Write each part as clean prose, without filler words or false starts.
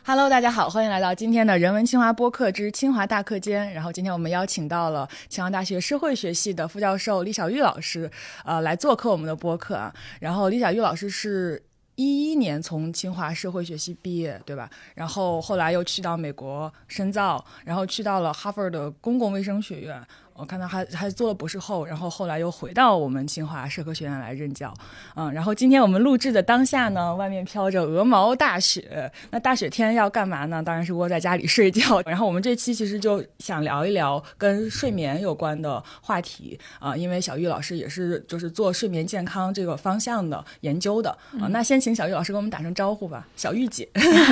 Hello， 大家好，欢迎来到今天的人文清华播客之清华大课间。然后今天我们邀请到了清华大学社会学系的副教授李小玉老师，来做客我们的播客啊。然后李小玉老师是2011年从清华社会学系毕业，对吧？然后后来又去到美国深造，然后去到了哈佛的公共卫生学院。我看到还做了博士后，然后后来又回到我们清华社科学院来任教。然后今天我们录制的当下呢，外面飘着鹅毛大雪。那大雪天要干嘛呢？当然是窝在家里睡觉。然后我们这期其实就想聊一聊跟睡眠有关的话题因为小玉老师也是就是做睡眠健康这个方向的研究的那先请小玉老师跟我们打声招呼吧，小玉姐。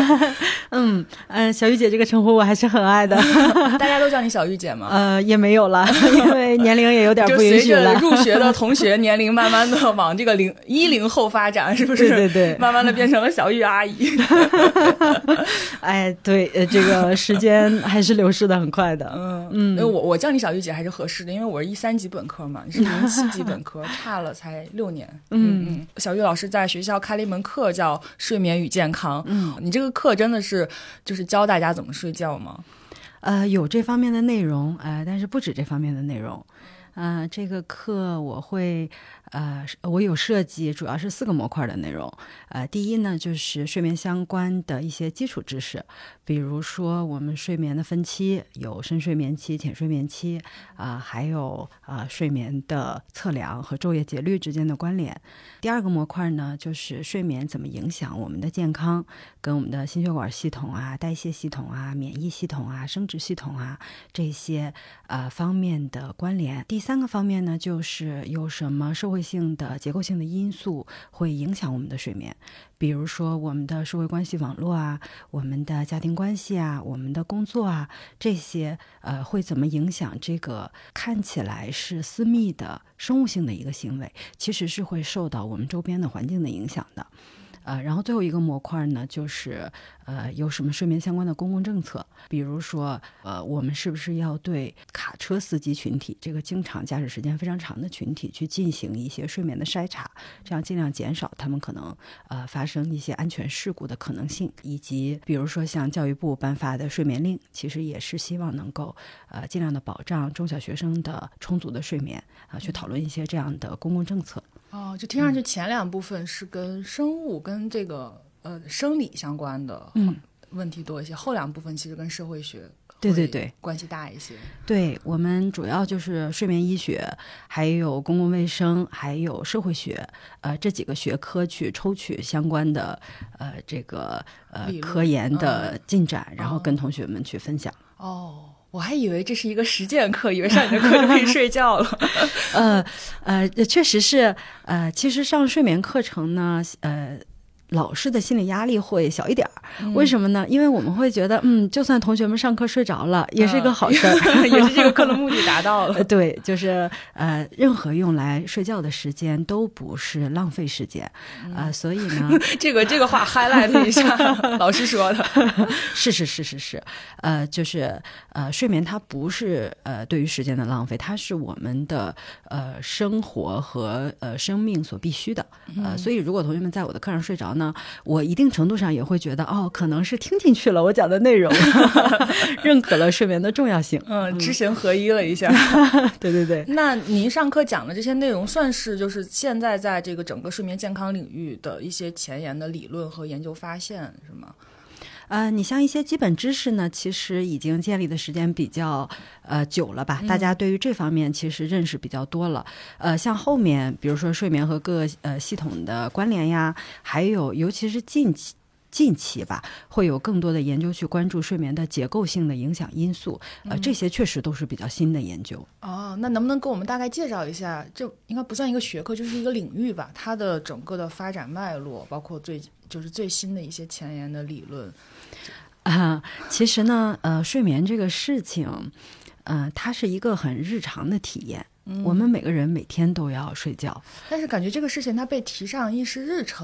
小玉姐这个称呼我还是很爱的。 大家都叫你小玉姐吗？ 也没有了。因为年龄也有点不允许了， 就随着入学的同学年龄慢慢的往这个10后发展，是不是？ 对对对， 慢慢的变成了小玉阿姨。 哎，对，这个时间还是流逝的很快的。 因为我叫你小玉姐还是合适的，因为我是13级本科嘛，你是07级本科，差了才6年。小玉老师在学校开了一门课叫睡眠与健康。你这个课真的是就是教大家怎么睡觉吗？ 有这方面的内容，但是不止这方面的内容。这个课我有设计，主要是4个模块的内容。第一呢，就是睡眠相关的一些基础知识，比如说我们睡眠的分期，有深睡眠期、浅睡眠期，还有睡眠的测量和昼夜节律之间的关联。第二个模块呢，就是睡眠怎么影响我们的健康，跟我们的心血管系统代谢系统免疫系统生殖系统这些方面的关联。第3个方面呢，就是有什么社会性的结构性的因素会影响我们的睡眠，比如说我们的社会关系网络我们的家庭关系我们的工作这些会怎么影响这个看起来是私密的生物性的一个行为，其实是会受到我们周边的环境的影响的。然后最后一个模块呢，就是有什么睡眠相关的公共政策，比如说我们是不是要对卡车司机群体，这个经常驾驶时间非常长的群体去进行一些睡眠的筛查，这样尽量减少他们可能发生一些安全事故的可能性，以及比如说像教育部颁发的睡眠令，其实也是希望能够尽量的保障中小学生的充足的睡眠去讨论一些这样的公共政策。 就听上去前2部分是跟生物跟这个生理相关的问题多一些，后2部分其实跟社会学对关系大一些。 对，我们主要就是睡眠医学，还有公共卫生，还有社会学这几个学科去抽取相关的这个科研的进展，然后跟同学们去分享。 我还以为这是一个实践课，以为上你的课就可以睡觉了。 确实是，其实上睡眠课程呢，老师的心理压力会小一点。为什么呢？因为我们会觉得就算同学们上课睡着了也是一个好事儿， 也是这个课的目的达到了。 对，就是任何用来睡觉的时间都不是浪费时间所以呢这个话 highlight 一下老师说的。 是就是睡眠它不是对于时间的浪费，它是我们的生活和生命所必须的所以如果同学们在我的课上睡着呢，我一定程度上也会觉得可能是听进去了我讲的内容认可了睡眠的重要性。 知行合一了一下。 对。 那您上课讲的这些内容算是就是现在在这个整个睡眠健康领域的一些前沿的理论和研究发现是吗？ 你像一些基本知识呢，其实已经建立的时间比较久了吧，大家对于这方面其实认识比较多了。像后面比如说睡眠和各系统的关联呀，还有尤其是近期吧，会有更多的研究去关注睡眠的结构性的影响因素这些确实都是比较新的研究。 那能不能给我们大概介绍一下，这应该不算一个学科，就是一个领域吧，它的整个的发展脉络，包括最新的一些前沿的理论其实呢睡眠这个事情它是一个很日常的体验我们每个人每天都要睡觉， 但是感觉这个事情它被提上议事日程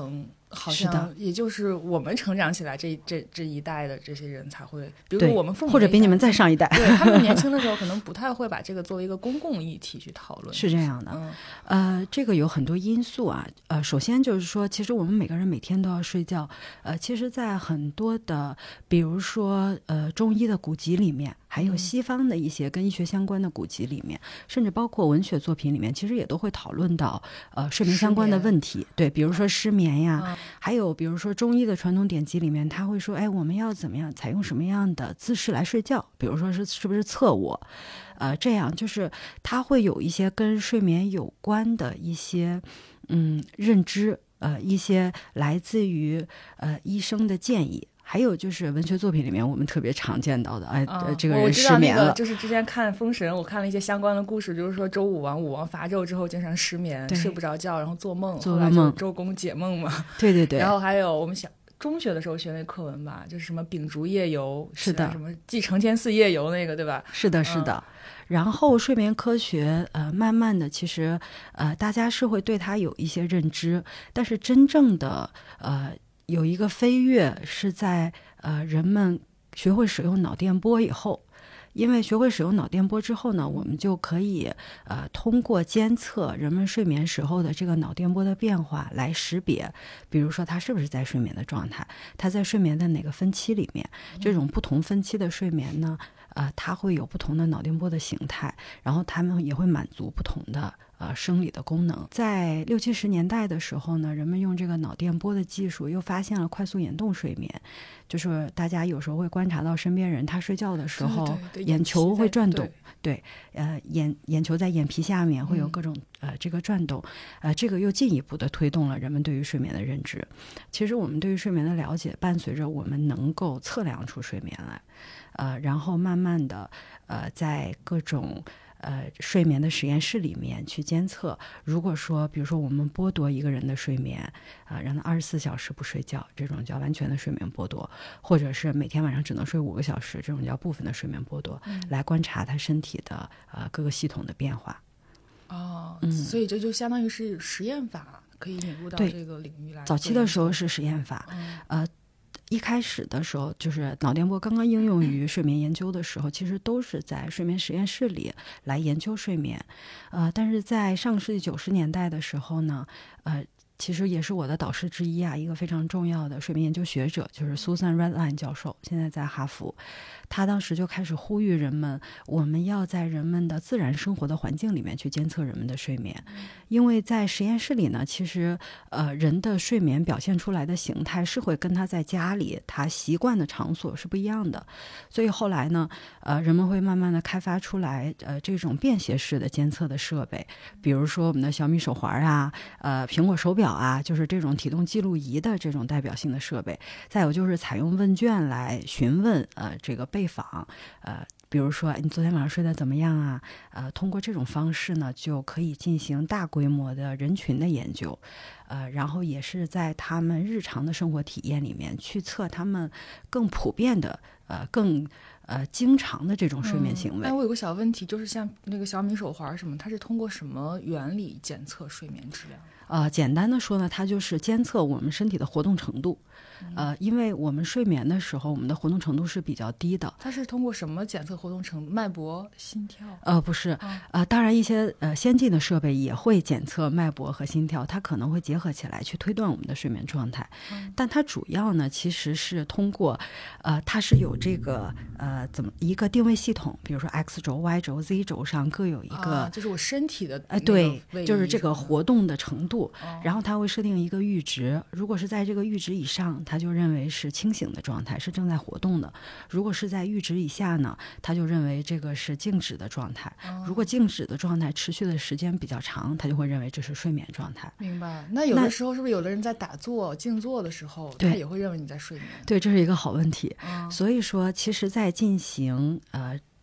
好是的像也就是我们成长起来这一代的这些人才会，比如说对我们父母或者比你们再上一代， 对他们年轻的时候可能不太会把这个作为一个公共议题去讨论。 是这样的。这个有很多因素啊。首先就是说，其实我们每个人每天都要睡觉。其实在很多的，比如说中医的古籍里面，还有西方的一些跟医学相关的古籍里面，甚至包括文学作品里面，其实也都会讨论到睡眠相关的问题。对，比如说失眠呀，还有比如说中医的传统典籍里面，他会说，哎，我们要怎么样采用什么样的姿势来睡觉？比如说是不是侧卧？这样就是它会有一些跟睡眠有关的一些认知，一些来自于医生的建议。还有就是文学作品里面我们特别常见到的，这个人失眠了。 我知道那个就是之前看《封神》，我看了一些相关的故事，就是说周武王伐纣之后经常失眠，睡不着觉，然后做梦，后来就周公解梦嘛。对对对。然后还有我们中学的时候学那课文吧，就是什么秉烛夜游， 是的， 什么继承天寺夜游那个，对吧？ 是的，是的。然后睡眠科学慢慢的其实大家是会对它有一些认知，但是真正的有一个飞跃是在人们学会使用脑电波以后。因为学会使用脑电波之后呢，我们就可以通过监测人们睡眠时候的这个脑电波的变化来识别，比如说他是不是在睡眠的状态，他在睡眠的哪个分期里面。这种不同分期的睡眠呢，它会有不同的脑电波的形态，然后它们也会满足不同的生理的功能。在60、70年代的时候呢，人们用这个脑电波的技术又发现了快速眼动睡眠，就是大家有时候会观察到身边人他睡觉的时候眼球会转动，对，眼球在眼皮下面会有各种这个转动，这个又进一步的推动了人们对于睡眠的认知。其实我们对于睡眠的了解伴随着我们能够测量出睡眠来，然后慢慢的在各种睡眠的实验室里面去监测。如果说比如说我们剥夺一个人的睡眠让他24小时不睡觉，这种叫完全的睡眠剥夺，或者是每天晚上只能睡5个小时，这种叫部分的睡眠剥夺，来观察他身体的各个系统的变化。 所以这就相当于是实验法可以引入到这个领域来。 早期的时候是实验法，一开始的时候就是脑电波刚刚应用于睡眠研究的时候，其实都是在睡眠实验室里来研究睡眠。但是在上个世纪90年代的时候呢，其实也是我的导师之一一个非常重要的睡眠研究学者，就是 Susan Redline 教授，现在在哈佛。他当时就开始呼吁人们，我们要在人们的自然生活的环境里面去监测人们的睡眠。因为在实验室里呢，其实人的睡眠表现出来的形态是会跟他在家里他习惯的场所是不一样的。所以后来呢，人们会慢慢的开发出来这种便携式的监测的设备，比如说我们的小米手环苹果手表就是这种体动记录仪的这种代表性的设备。再有就是采用问卷来询问这个被访，比如说你昨天晚上睡得怎么样通过这种方式呢，就可以进行大规模的人群的研究，然后也是在他们日常的生活体验里面去测他们更普遍的更经常的这种睡眠行为。 我有个小问题，就是像那个小米手环什么，它是通过什么原理检测睡眠质量？ 简单的说呢，它就是监测我们身体的活动程度。因为我们睡眠的时候，我们的活动程度是比较低的。 它是通过什么检测活动程度？脉搏、心跳？ 不是，当然一些先进的设备也会检测脉搏和心跳，它可能会结合起来去推断我们的睡眠状态。但它主要呢，其实是通过它是有这个一个定位系统，比如说 X 轴、Y 轴、Z 轴上各有一个， 就是我身体的对，就是这个活动的程度，然后它会设定一个阈值，如果是在这个阈值以上，他就认为是清醒的状态，是正在活动的。如果是在阈值以下呢，他就认为这个是静止的状态。如果静止的状态持续的时间比较长，他就会认为这是睡眠状态。 明白。那有的时候是不是有的人在打坐静坐的时候，他也会认为你在睡眠？ 对，这是一个好问题。所以说其实在进行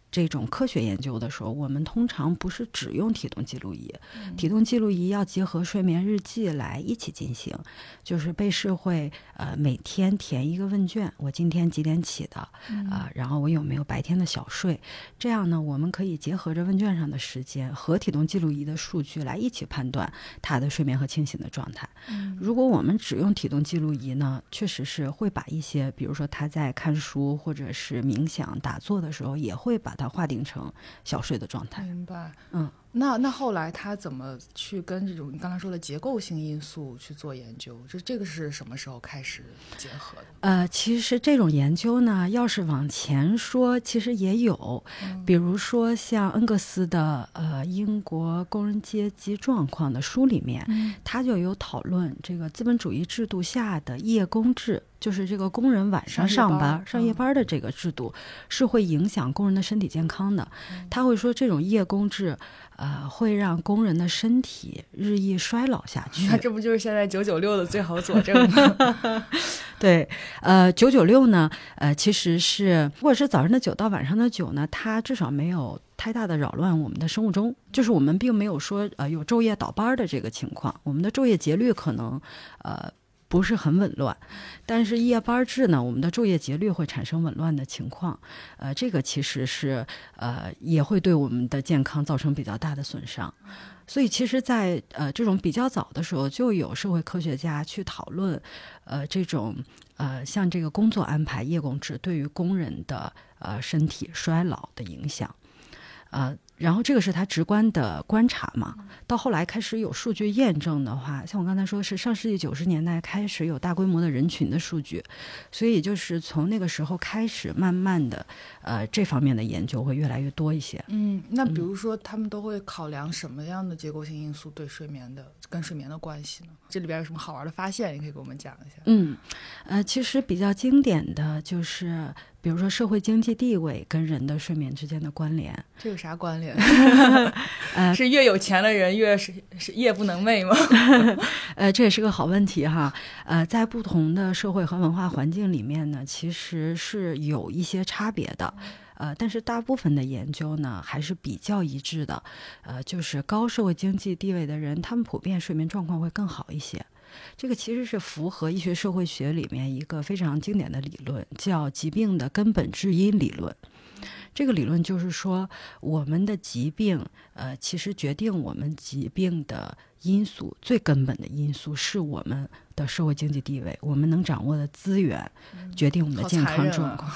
这种科学研究的时候，我们通常不是只用体动记录仪，体动记录仪要结合睡眠日记来一起进行。就是被试会每天填一个问卷，我今天几点起的然后我有没有白天的小睡，这样呢，我们可以结合着问卷上的时间和体动记录仪的数据来一起判断他的睡眠和清醒的状态。如果我们只用体动记录仪呢，确实是会把一些，比如说他在看书或者是冥想打坐的时候，也会把它划定成小睡的状态。 明白。那后来他怎么去跟这种你刚才说的结构性因素去做研究？这个是什么时候开始结合的？ 其实这种研究呢，要是往前说，其实也有，比如说像恩格斯的英国工人阶级状况的书里面，他就有讨论这个资本主义制度下的夜工制。就是这个工人晚上上夜班的这个制度是会影响工人的身体健康的。他会说这种夜工制会让工人的身体日益衰老下去。 那这不就是现在996的最好佐证吗？ 对，996呢其实是如果是早上的9到晚上的9呢，它至少没有太大的扰乱我们的生物钟，就是我们并没有说有昼夜倒班的这个情况，我们的昼夜节律可能不是很紊乱，但是夜班制呢，我们的昼夜节律会产生紊乱的情况，这个其实是也会对我们的健康造成比较大的损伤。所以其实在这种比较早的时候，就有社会科学家去讨论这种像这个工作安排夜工制对于工人的身体衰老的影响。然后这个是他直观的观察嘛，到后来开始有数据验证的话，像我刚才说是上世纪90年代开始有大规模的人群的数据，所以就是从那个时候开始慢慢的这方面的研究会越来越多一些。 那比如说他们都会考量什么样的结构性因素对跟睡眠的关系呢？这里边有什么好玩的发现你可以给我们讲一下？其实比较经典的就是比如说社会经济地位跟人的睡眠之间的关联。 这有啥关联？是越有钱的人越是夜不能寐吗？ 这也是个好问题哈。在不同的社会和文化环境里面呢，其实是有一些差别的。但是大部分的研究呢还是比较一致的，就是高社会经济地位的人，他们普遍睡眠状况会更好一些。这个其实是符合医学社会学里面一个非常经典的理论，叫疾病的根本致因理论。这个理论就是说，我们的疾病其实决定我们疾病的因素，最根本的因素是我们的社会经济地位，我们能掌握的资源决定我们的健康状况。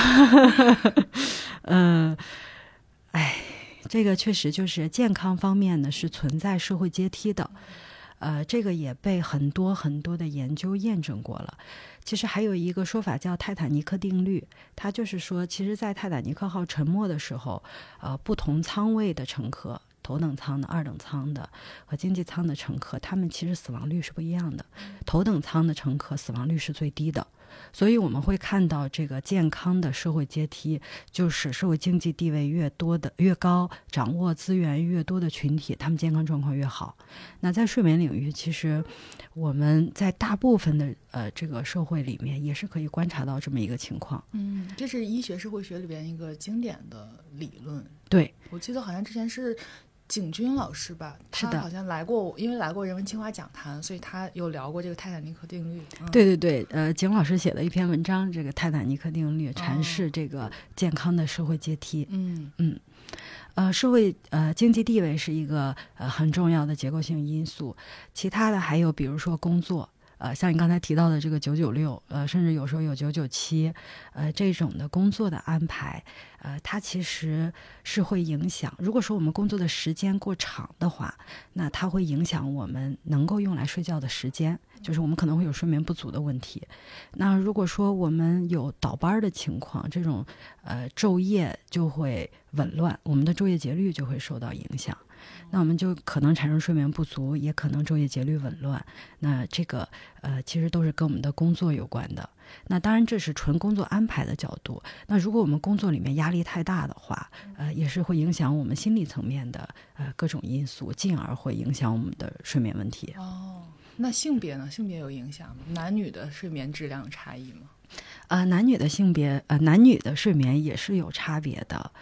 这个确实就是健康方面呢是存在社会阶梯的。这个也被很多很多的研究验证过了。其实还有一个说法叫泰坦尼克定律，它就是说，其实在泰坦尼克号沉没的时候，不同舱位的乘客，头等舱的、二等舱的和经济舱的乘客，他们其实死亡率是不一样的。头等舱的乘客死亡率是最低的。所以我们会看到这个健康的社会阶梯，就是社会经济地位越高，掌握资源越多的群体，他们健康状况越好。那在睡眠领域，其实我们在大部分的这个社会里面也是可以观察到这么一个情况。 这是医学社会学里边一个经典的理论。 对， 我记得好像之前是景军老师吧，他好像来过，因为来过人文清华讲坛，所以他有聊过这个泰坦尼克定律。 对，景老师写了一篇文章，这个泰坦尼克定律阐释这个健康的社会阶梯。社会经济地位是一个很重要的结构性因素，其他的还有比如说工作。像你刚才提到的这个996，甚至有时候有997，这种的工作的安排，它其实是会影响。如果说我们工作的时间过长的话，那它会影响我们能够用来睡觉的时间，就是我们可能会有睡眠不足的问题。那如果说我们有倒班的情况，这种昼夜就会紊乱，我们的昼夜节律就会受到影响。那我们就可能产生睡眠不足，也可能昼夜节律紊乱。那这个其实都是跟我们的工作有关的。那当然这是纯工作安排的角度。那如果我们工作里面压力太大的话，也是会影响我们心理层面的各种因素，进而会影响我们的睡眠问题。 那性别呢？性别有影响吗？男女的睡眠质量有差异吗？ 男女的性别男女的睡眠也是有差别的。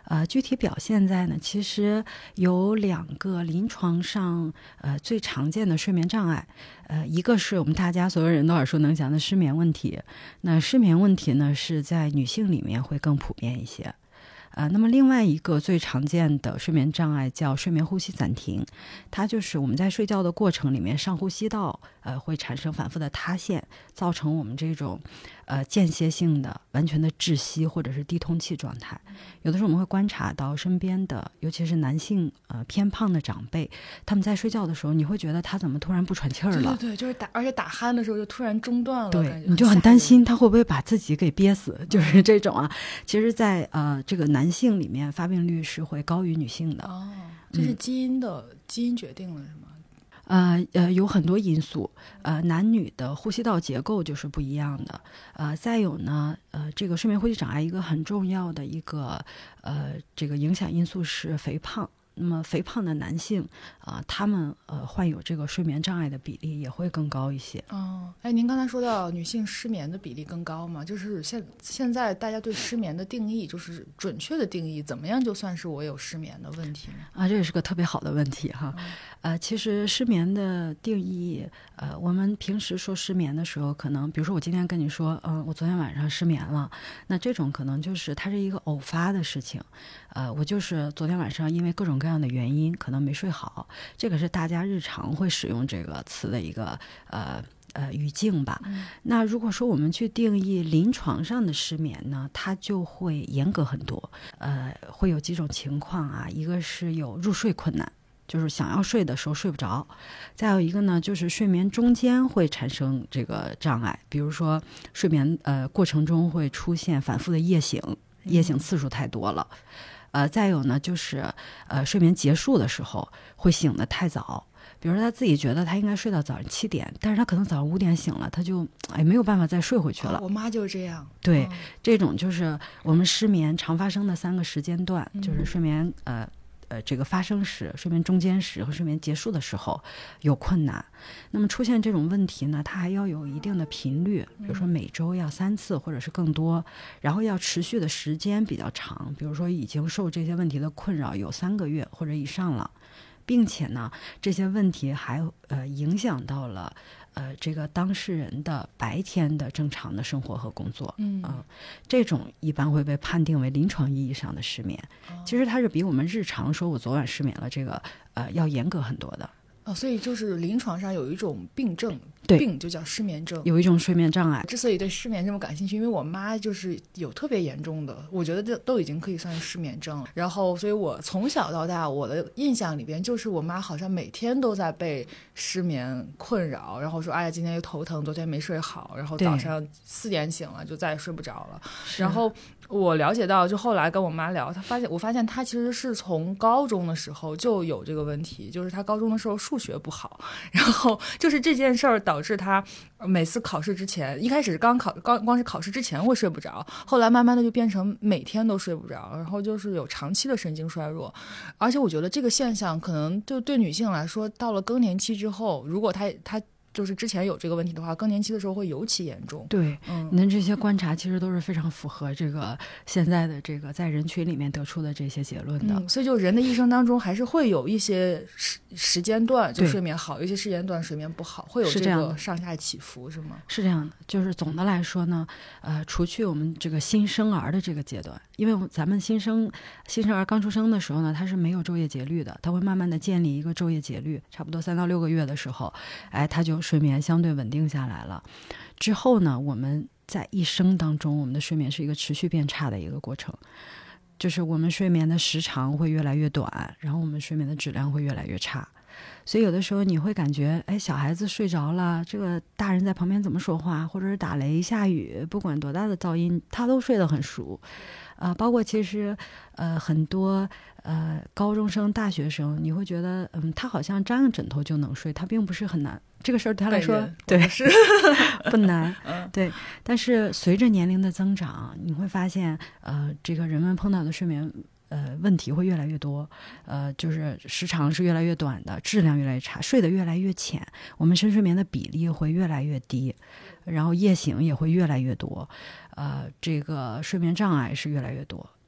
具体表现在呢，其实有2个临床上最常见的睡眠障碍，一个是我们大家所有人都耳熟能详的失眠问题，那失眠问题呢是在女性里面会更普遍一些。那么另外一个最常见的睡眠障碍叫睡眠呼吸暂停，它就是我们在睡觉的过程里面上呼吸道会产生反复的塌陷，造成我们这种间歇性的完全的窒息或者是低通气状态。有的时候我们会观察到身边的尤其是男性偏胖的长辈，他们在睡觉的时候你会觉得他怎么突然不喘气儿了。 对，就是而且打鼾的时候就突然中断了， 对，你就很担心他会不会把自己给憋死，就是这种啊。其实在这个男性里面发病率是会高于女性的。 这是基因决定了是吗？ 有很多因素，男女的呼吸道结构就是不一样的，再有呢，这个睡眠呼吸障碍一个很重要的一个这个影响因素是肥胖。那么肥胖的男性他们患有这个睡眠障碍的比例也会更高一些。 您刚才说到女性失眠的比例更高嘛，就是现在大家对失眠的定义，就是准确的定义怎么样就算是我有失眠的问题呢？ 这也是个特别好的问题哈。其实失眠的定义，我们平时说失眠的时候，可能比如说我今天跟你说我昨天晚上失眠了，那这种可能就是它是一个偶发的事情，我就是昨天晚上因为各种各样的原因可能没睡好，这个是大家日常会使用这个词的一个语境吧。那如果说我们去定义临床上的失眠呢，它就会严格很多，会有几种情况啊，一个是有入睡困难，就是想要睡的时候睡不着，再有一个呢就是睡眠中间会产生这个障碍，比如说睡眠过程中会出现反复的夜醒次数太多了，再有呢就是睡眠结束的时候会醒得太早，比如说他自己觉得他应该睡到早上7点，但是他可能早上5点醒了，他就没有办法再睡回去了。 我妈就是这样。 对，这种就是我们失眠常发生的3个时间段，就是睡眠这个发生时、睡眠中间时和睡眠结束的时候有困难。那么出现这种问题呢，它还要有一定的频率，比如说每周要3次或者是更多，然后要持续的时间比较长，比如说已经受这些问题的困扰有3个月或者以上了，并且呢这些问题还影响到了这个当事人的白天的正常的生活和工作，这种一般会被判定为临床意义上的失眠。其实它是比我们日常说我昨晚失眠了这个要严格很多的。 所以就是临床上有一种病症，病就叫失眠症， 有一种睡眠障碍。 之所以对失眠这么感兴趣，因为我妈就是有特别严重的，我觉得这都已经可以算是失眠症了。然后所以我从小到大我的印象里边就是我妈好像每天都在被失眠困扰，然后说哎呀今天又头疼，昨天没睡好，然后早上4点醒了就再也睡不着了。然后我了解到，就后来跟我妈聊，我发现她其实是从高中的时候就有这个问题，就是她高中的时候数学不好，然后就是这件事儿导致她每次考试之前，一开始光是考试之前会睡不着，后来慢慢的就变成每天都睡不着，然后就是有长期的神经衰弱。而且我觉得这个现象可能就对女性来说，到了更年期之后，如果她就是之前有这个问题的话，更年期的时候会尤其严重。 对，你的这些观察其实都是非常符合这个现在的这个在人群里面得出的这些结论的。 所以就人的一生当中还是会有一些时间段就睡眠好，有一些时间段睡眠不好，会有这个上下起伏，是吗？ 是这样的，就是总的来说呢，除去我们这个新生儿的这个阶段，因为咱们新生儿刚出生的时候呢，他是没有昼夜节律的，他会慢慢的建立一个昼夜节律，差不多3到6个月的时候，他就睡眠相对稳定下来了。之后呢，我们在一生当中，我们的睡眠是一个持续变差的一个过程，就是我们睡眠的时长会越来越短，然后我们睡眠的质量会越来越差。所以有的时候你会感觉小孩子睡着了，这个大人在旁边怎么说话，或者是打雷下雨，不管多大的噪音他都睡得很熟。包括其实很多高中生大学生，你会觉得他好像沾个枕头就能睡，他并不是很难，这个事儿对他来说对是不难对。但是随着年龄的增长，你会发现这个人们碰到的睡眠问题会越来越多，就是时长是越来越短的，质量越来越差，睡得越来越浅，我们深睡眠的比例会越来越低，然后夜醒也会越来越多，这个睡眠障碍是越来越多。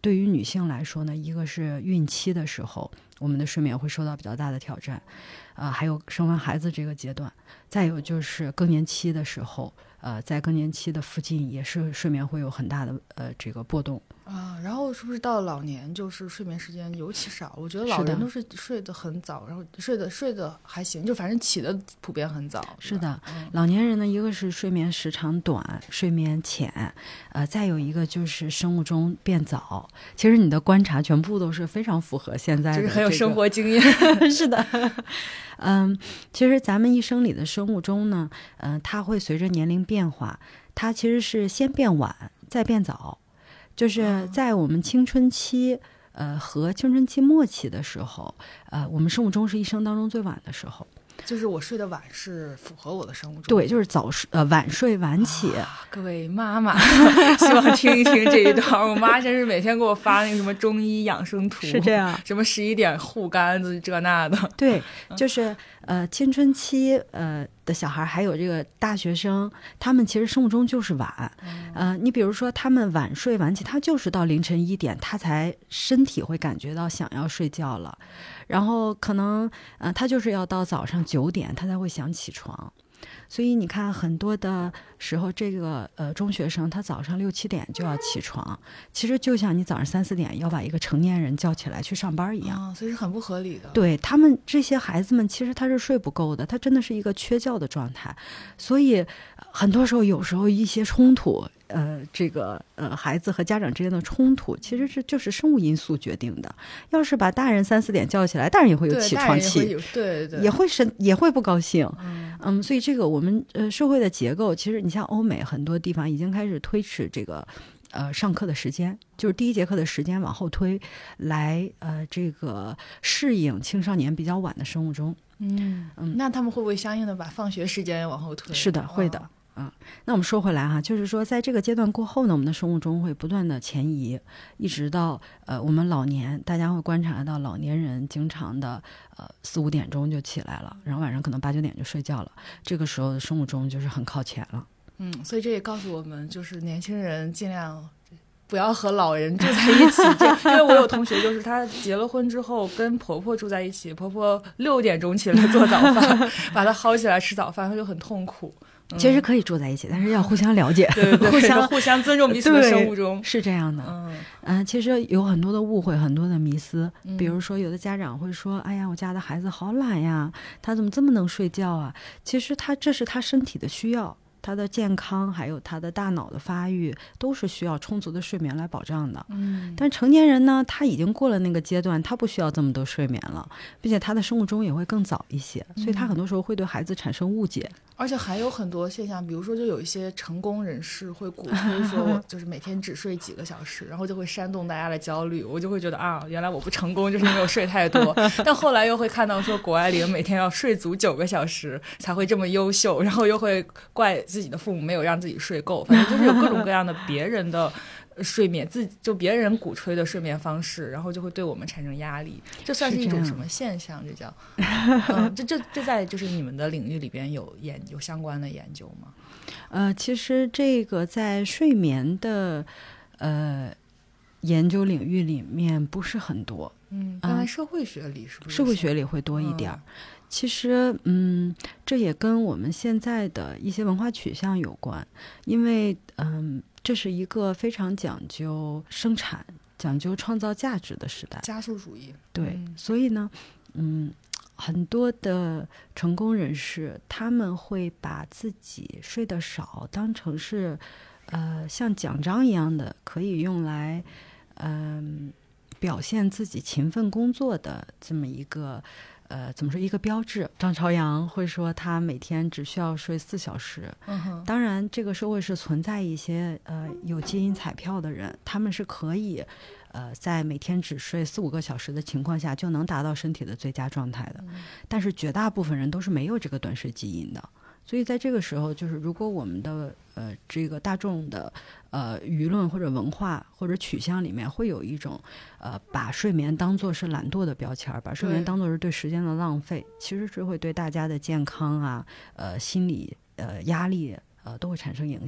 对于女性来说呢，一个是孕期的时候，我们的睡眠会受到比较大的挑战，还有生完孩子这个阶段，再有就是更年期的时候，在更年期的附近也是睡眠会有很大的这个波动。 然后是不是到老年就是睡眠时间尤其少？我觉得老人都是睡得很早，然后睡得还行，就反正起的普遍很早。 是的，老年人呢，一个是睡眠时长短，睡眠浅，再有一个就是生物钟变早。其实你的观察全部都是非常符合现在的、 就是很有生活经验。 是的。其实咱们一生里的生物钟呢，它会随着年龄变化，它其实是先变晚再变早。就是在我们青春期，和青春期末期的时候，我们生物钟是一生当中最晚的时候。 就是我睡得晚是符合我的生物钟。 对，就是晚睡晚起。 各位妈妈，希望听一听这一段。我妈真是每天给我发那个什么中医养生图， 是这样， 什么11点护肝子这那的。 对，就是青春期的小孩还有这个大学生，他们其实生物钟就是晚。你比如说他们晚睡晚起，他就是到凌晨1点，他才身体会感觉到想要睡觉了。然后可能他就是要到早上9点他才会想起床。所以你看很多的时候，这个中学生他早上6、7点就要起床，其实就像你早上3、4点要把一个成年人叫起来去上班一样。 所以是很不合理的。 对，他们这些孩子们其实他是睡不够的，他真的是一个缺觉的状态。所以很多时候有时候一些冲突，孩子和家长之间的冲突其实就是生物因素决定的。要是把大人3、4点叫起来，大人也会有起床气， 对， 也会不高兴。所以这个我们社会的结构，其实你像欧美很多地方已经开始推迟这个上课的时间，就是第1节课的时间往后推，来这个适应青少年比较晚的生物钟。 那他们会不会相应的把放学时间往后推？ 是的，会的。那我们说回来哈，就是说在这个阶段过后呢，我们的生物钟会不断的前移，一直到我们老年，大家会观察到老年人经常的4、5点钟就起来了，然后晚上可能8、9点就睡觉了，这个时候的生物钟就是很靠前了。 所以这也告诉我们，就是年轻人尽量不要和老人住在一起。因为我有同学，就是她结了婚之后跟婆婆住在一起，婆婆6点钟起来做早饭，把她薅起来吃早饭，她就很痛苦。 其实可以住在一起，但是要互相了解， 对，互相尊重彼此的生物钟， 是这样的。其实有很多的误会，很多的迷思。比如说有的家长会说，哎呀，我家的孩子好懒呀，他怎么这么能睡觉啊？其实这是他身体的需要，他的健康还有他的大脑的发育都是需要充足的睡眠来保障的。但成年人呢，他已经过了那个阶段，他不需要这么多睡眠了，并且他的生物钟也会更早一些，所以他很多时候会对孩子产生误解。 而且还有很多现象，比如说就有一些成功人士会鼓吹说我就是每天只睡几个小时，然后就会煽动大家的焦虑。我就会觉得原来我不成功就是因为我睡太多。但后来又会看到说国外里每天要睡足9个小时才会这么优秀，然后又会怪自己的父母没有让自己睡够。反正就是有各种各样的别人的睡眠，就别人鼓吹的睡眠方式，然后就会对我们产生压力。这算是一种什么现象？这叫这在就是你们的领域里边有相关的研究吗？ 其实这个在睡眠的研究领域里面不是很多。 刚才社会学里是不是？ 社会学里会多一点。其实这也跟我们现在的一些文化取向有关，因为这是一个非常讲究生产、讲究创造价值的时代， 加速主义。 对，所以呢，很多的成功人士，他们会把自己睡得少当成是像奖章一样的，可以用来表现自己勤奋工作的这么一个怎么说一个标志。张朝阳会说他每天只需要睡4小时。当然这个社会是存在一些有基因彩票的人，他们是可以在每天只睡4、5个小时的情况下就能达到身体的最佳状态的。但是绝大部分人都是没有这个短睡基因的。所以在这个时候，就是如果我们的这个大众的舆论或者文化或者取向里面会有一种把睡眠当作是懒惰的标签，把睡眠当作是对时间的浪费，其实是会对大家的健康啊心理压力都会产生影响。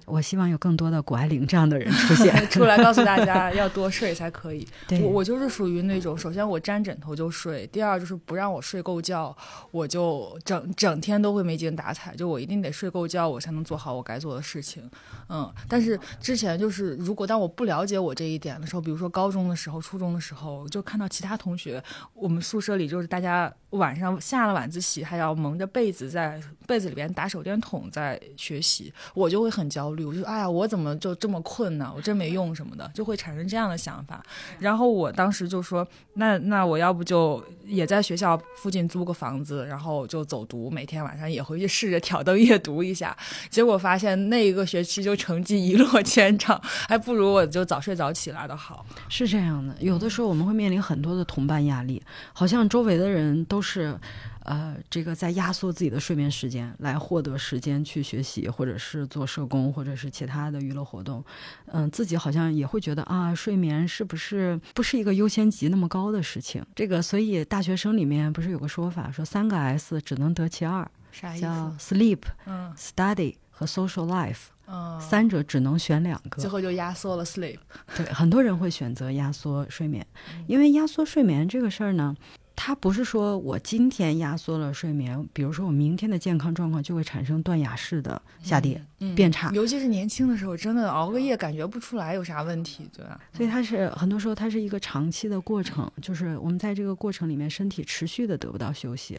我希望有更多的谷爱凌这样的人出现出来告诉大家要多睡才可以。 对， 我就是属于那种，首先我沾枕头就睡，第二就是不让我睡够觉，我就整天都会没精打采，就我一定得睡够觉，我才能做好我该做的事情。但是之前就是当我不了解我这一点的时候，比如说高中的时候、初中的时候，就看到其他同学，我们宿舍里就是大家晚上下了晚自习还要蒙着被子在被子里边打手电筒在学习，我就会很焦虑，我就哎呀，我怎么就这么困呢？我真没用什么的，就会产生这样的想法。然后我当时就说，那我要不就也在学校附近租个房子，然后就走读，每天晚上也回去试着挑灯夜读一下。结果发现那一个学期就成绩一落千丈，还不如我就早睡早起来的好。 是这样的，有的时候我们会面临很多的同伴压力，好像周围的人都是这个在压缩自己的睡眠时间来获得时间去学习，或者是做社工，或者是其他的娱乐活动。自己好像也会觉得啊，睡眠是不是一个优先级那么高的事情？这个，所以大学生里面不是有个说法，说3个 S 只能得其2， 啥意思？ 叫 sleep、study 和 social life。三者只能选2个， 最后就压缩了 sleep。 对，很多人会选择压缩睡眠，因为压缩睡眠这个事儿呢，它不是说我今天压缩了睡眠，比如说我明天的健康状况就会产生断崖式的下跌、变差， 尤其是年轻的时候，真的熬个夜感觉不出来有啥问题，对吧？ 所以它是很多时候它是一个长期的过程，就是我们在这个过程里面身体持续的得不到休息，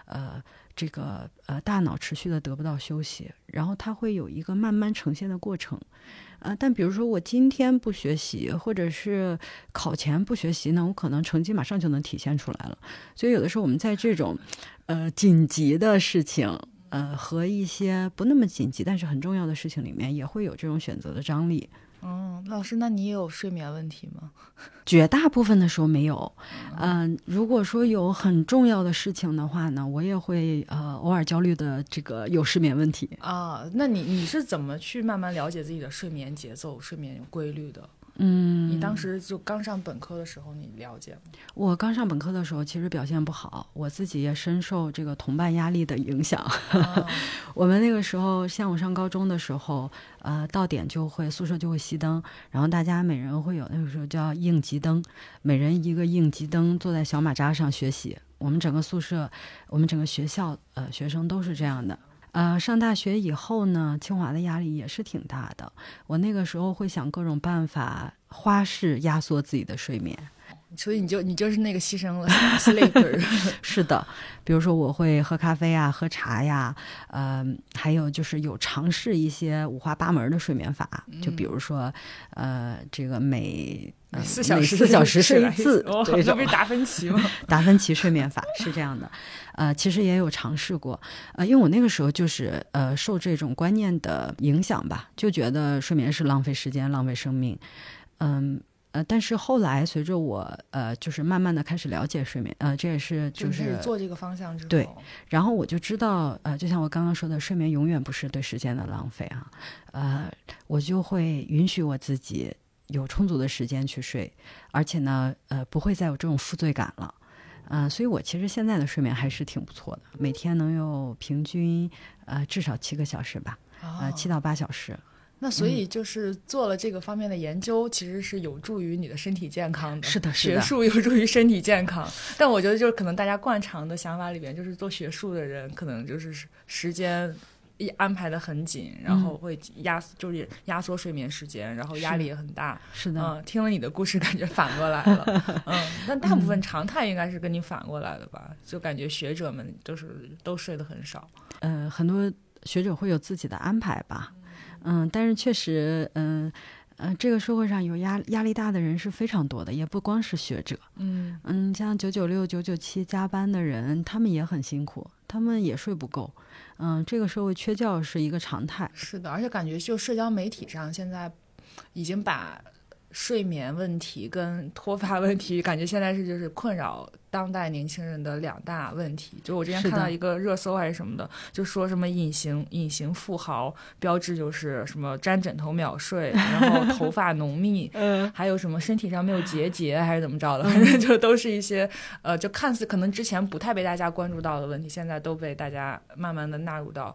大脑持续的得不到休息，然后它会有一个慢慢呈现的过程。但比如说我今天不学习，或者是考前不学习呢，我可能成绩马上就能体现出来了。所以有的时候我们在这种紧急的事情和一些不那么紧急但是很重要的事情里面，也会有这种选择的张力。 老师，那你也有睡眠问题吗？ 绝大部分的时候没有。如果说有很重要的事情的话呢，我也会偶尔焦虑的有失眠问题啊。那你是怎么去慢慢了解自己的睡眠节奏、睡眠规律的？你当时就刚上本科的时候你了解吗？我刚上本科的时候其实表现不好，我自己也深受这个同伴压力的影响。我们那个时候像我上高中的时候到点宿舍就会熄灯，然后大家每人会有那个时候叫应急灯，每人一个应急灯，坐在小马扎上学习。我们整个宿舍，我们整个学校学生都是这样的。上大学以后呢，清华的压力也是挺大的。我那个时候会想各种办法，花式压缩自己的睡眠。 所以你就是那个牺牲了 sleeper。 是的，比如说我会喝咖啡啊，喝茶呀，还有就是有尝试一些五花八门的睡眠法，就比如说这个每4小时睡一次， 这不是达芬奇吗？ 达芬奇睡眠法是这样的。其实也有尝试过，因为我那个时候就是受这种观念的影响吧，就觉得睡眠是浪费时间、浪费生命。但是后来随着我就是慢慢的开始了解睡眠，这也是就是做这个方向之后， 对，然后我就知道就像我刚刚说的，睡眠永远不是对时间的浪费我就会允许我自己有充足的时间去睡，而且呢不会再有这种负罪感了。所以我其实现在的睡眠还是挺不错的，每天能有平均至少7个小时吧，7到8小时。 那所以就是做了这个方面的研究，其实是有助于你的身体健康的。 是的， 学术有助于身体健康。但我觉得就是可能大家惯常的想法里边，就是做学术的人可能就是时间安排的很紧，然后会就是压缩睡眠时间，然后压力也很大。 是的， 听了你的故事感觉反过来了。但大部分常态应该是跟你反过来的吧？就感觉学者们都睡得很少。 很多学者会有自己的安排吧。但是确实这个社会上有压力大的人是非常多的，也不光是学者。像996、997加班的人，他们也很辛苦，他们也睡不够。这个社会缺觉是一个常态。 是的，而且感觉就社交媒体上现在已经把睡眠问题跟脱发问题感觉现在就是困扰当代年轻人的2大问题。就我之前看到一个热搜还是什么的，就说什么隐形富豪标志就是什么沾枕头秒睡，然后头发浓密还有什么身体上没有结节还是怎么着的，反正就都是一些就看似可能之前不太被大家关注到的问题，现在都被大家慢慢的纳入到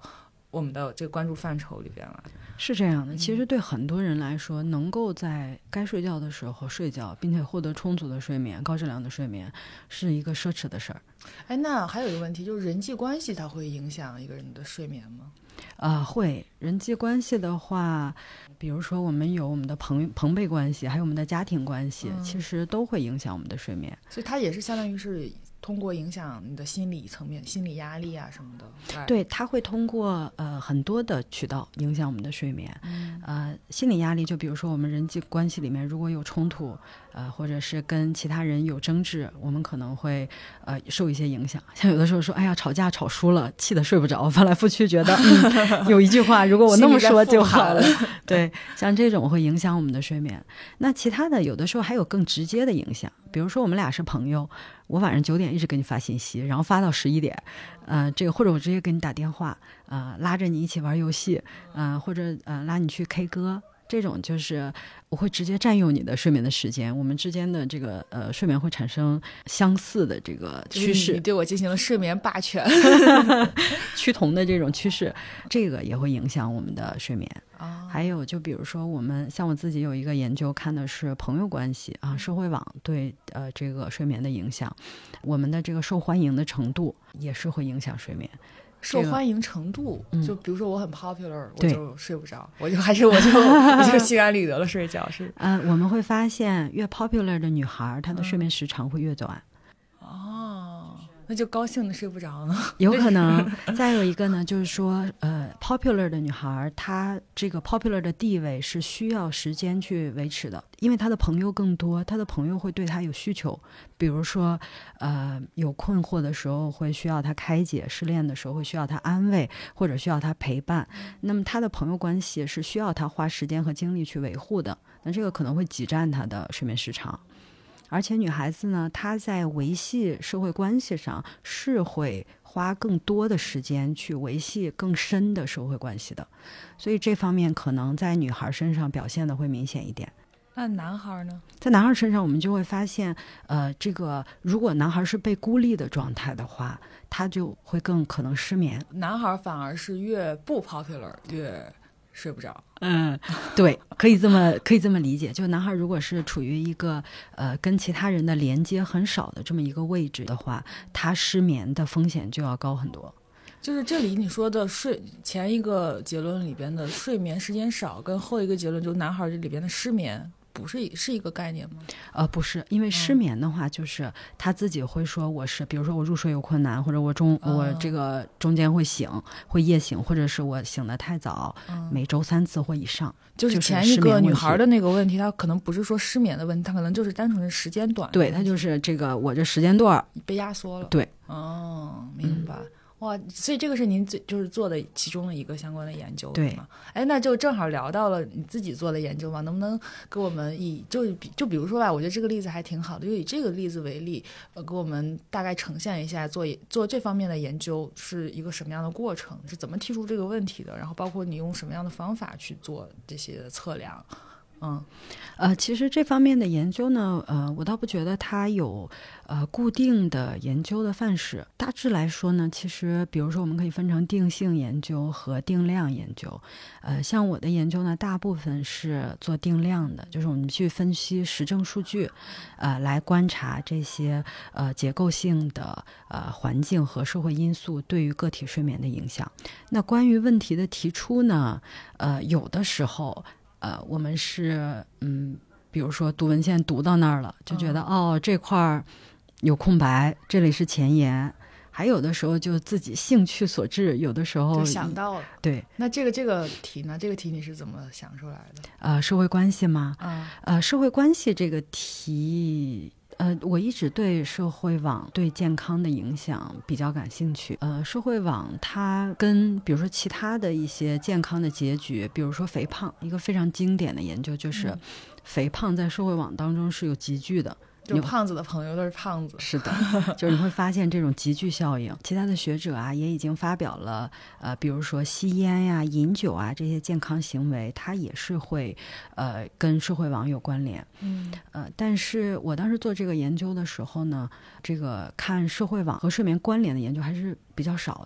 我们的这个关注范畴里边了。 是这样的，其实对很多人来说，能够在该睡觉的时候睡觉，并且获得充足的睡眠、高质量的睡眠，是一个奢侈的事儿。 哎，那还有一个问题，就是人际关系它会影响一个人的睡眠吗？ 会。人际关系的话，比如说我们有我们的朋辈关系，还有我们的家庭关系，其实都会影响我们的睡眠。 所以它也是相当于是通过影响你的心理层面、心理压力啊什么的。 对，它会通过很多的渠道影响我们的睡眠。心理压力就比如说我们人际关系里面如果有冲突，或者是跟其他人有争执，我们可能会受一些影响。像有的时候说，哎呀，吵架吵输了，气得睡不着，翻来覆去觉得有一句话如果我那么说就好了。对，像这种会影响我们的睡眠。那其他的有的时候还有更直接的影响，比如说我们俩是朋友，我晚上9点一直给你发信息，然后发到11点，这个或者我直接给你打电话，拉着你一起玩游戏，或者拉你去 K 歌，这种就是我会直接占用你的睡眠的时间，我们之间的这个睡眠会产生相似的这个趋势， 你对我进行了睡眠霸权趋同的这种趋势，这个也会影响我们的睡眠。还有就比如说我们像我自己有一个研究看的是朋友关系啊，社会网对这个睡眠的影响，我们的这个受欢迎的程度也是会影响睡眠。 受欢迎程度，就比如说我很 popular，我就睡不着，我就心安理得了睡觉是。 我们会发现越 popular 的女孩，她的睡眠时长会越短。 那就高兴的睡不着呢， 有可能。再有一个呢，就是说popular 的女孩，她这个 popular 的地位是需要时间去维持的，因为她的朋友更多，她的朋友会对她有需求，比如说有困惑的时候会需要她开解，失恋的时候会需要她安慰，或者需要她陪伴，那么她的朋友关系是需要她花时间和精力去维护的，那这个可能会挤占她的睡眠时长。而且女孩子呢，她在维系社会关系上是会花更多的时间去维系更深的社会关系的，所以这方面可能在女孩身上表现的会明显一点。 那男孩呢？ 在男孩身上我们就会发现这个如果男孩是被孤立的状态的话，他就会更可能失眠。 男孩反而是越不 popular 越睡不着。 对，可以这么理解。就男孩如果是处于一个跟其他人的连接很少的这么一个位置的话，他失眠的风险就要高很多。 就是这里你说的前一个结论里边的睡眠时间少，跟后一个结论就男孩这里边的失眠不是一个概念吗？ 不是，因为失眠的话，就是他自己会说我是，比如说我入睡有困难，或者我这个中间会夜醒，或者是我醒得太早，每周3次或以上。 就是前一个女孩的那个问题，她可能不是说失眠的问题，她可能就是单纯的时间短。 对，她就是这个我这时间段被压缩了。 对， 明白。哇，所以这个是您就是做的其中的一个相关的研究， 对吗？ 哎，那就正好聊到了你自己做的研究嘛，能不能给我们就比如说吧，我觉得这个例子还挺好的，就以这个例子为例，给我们大概呈现一下做这方面的研究是一个什么样的过程，是怎么提出这个问题的，然后包括你用什么样的方法去做这些测量。 其实这方面的研究呢，我倒不觉得它有固定的研究的范式。大致来说呢，其实比如说我们可以分成定性研究和定量研究。像我的研究呢，大部分是做定量的，就是我们去分析实证数据，来观察这些结构性的环境和社会因素对于个体睡眠的影响。那关于问题的提出呢，有的时候我们是比如说读文献读到那儿了，就觉得这块有空白，这里是前言。还有的时候就自己兴趣所致，有的时候就想到了。 对， 那这个题呢？这个题你是怎么想出来的？社会关系吗？社会关系这个题。我一直对社会网对健康的影响比较感兴趣。社会网它跟比如说其他的一些健康的结局，比如说肥胖，一个非常经典的研究就是肥胖在社会网当中是有集聚的。 就胖子的朋友都是胖子。 是的，就是你会发现这种集聚效应。其他的学者啊也已经发表了比如说吸烟呀、饮酒啊这些健康行为，它也是会跟社会网有关联。但是我当时做这个研究的时候呢，这个看社会网和睡眠关联的研究还是比较少的。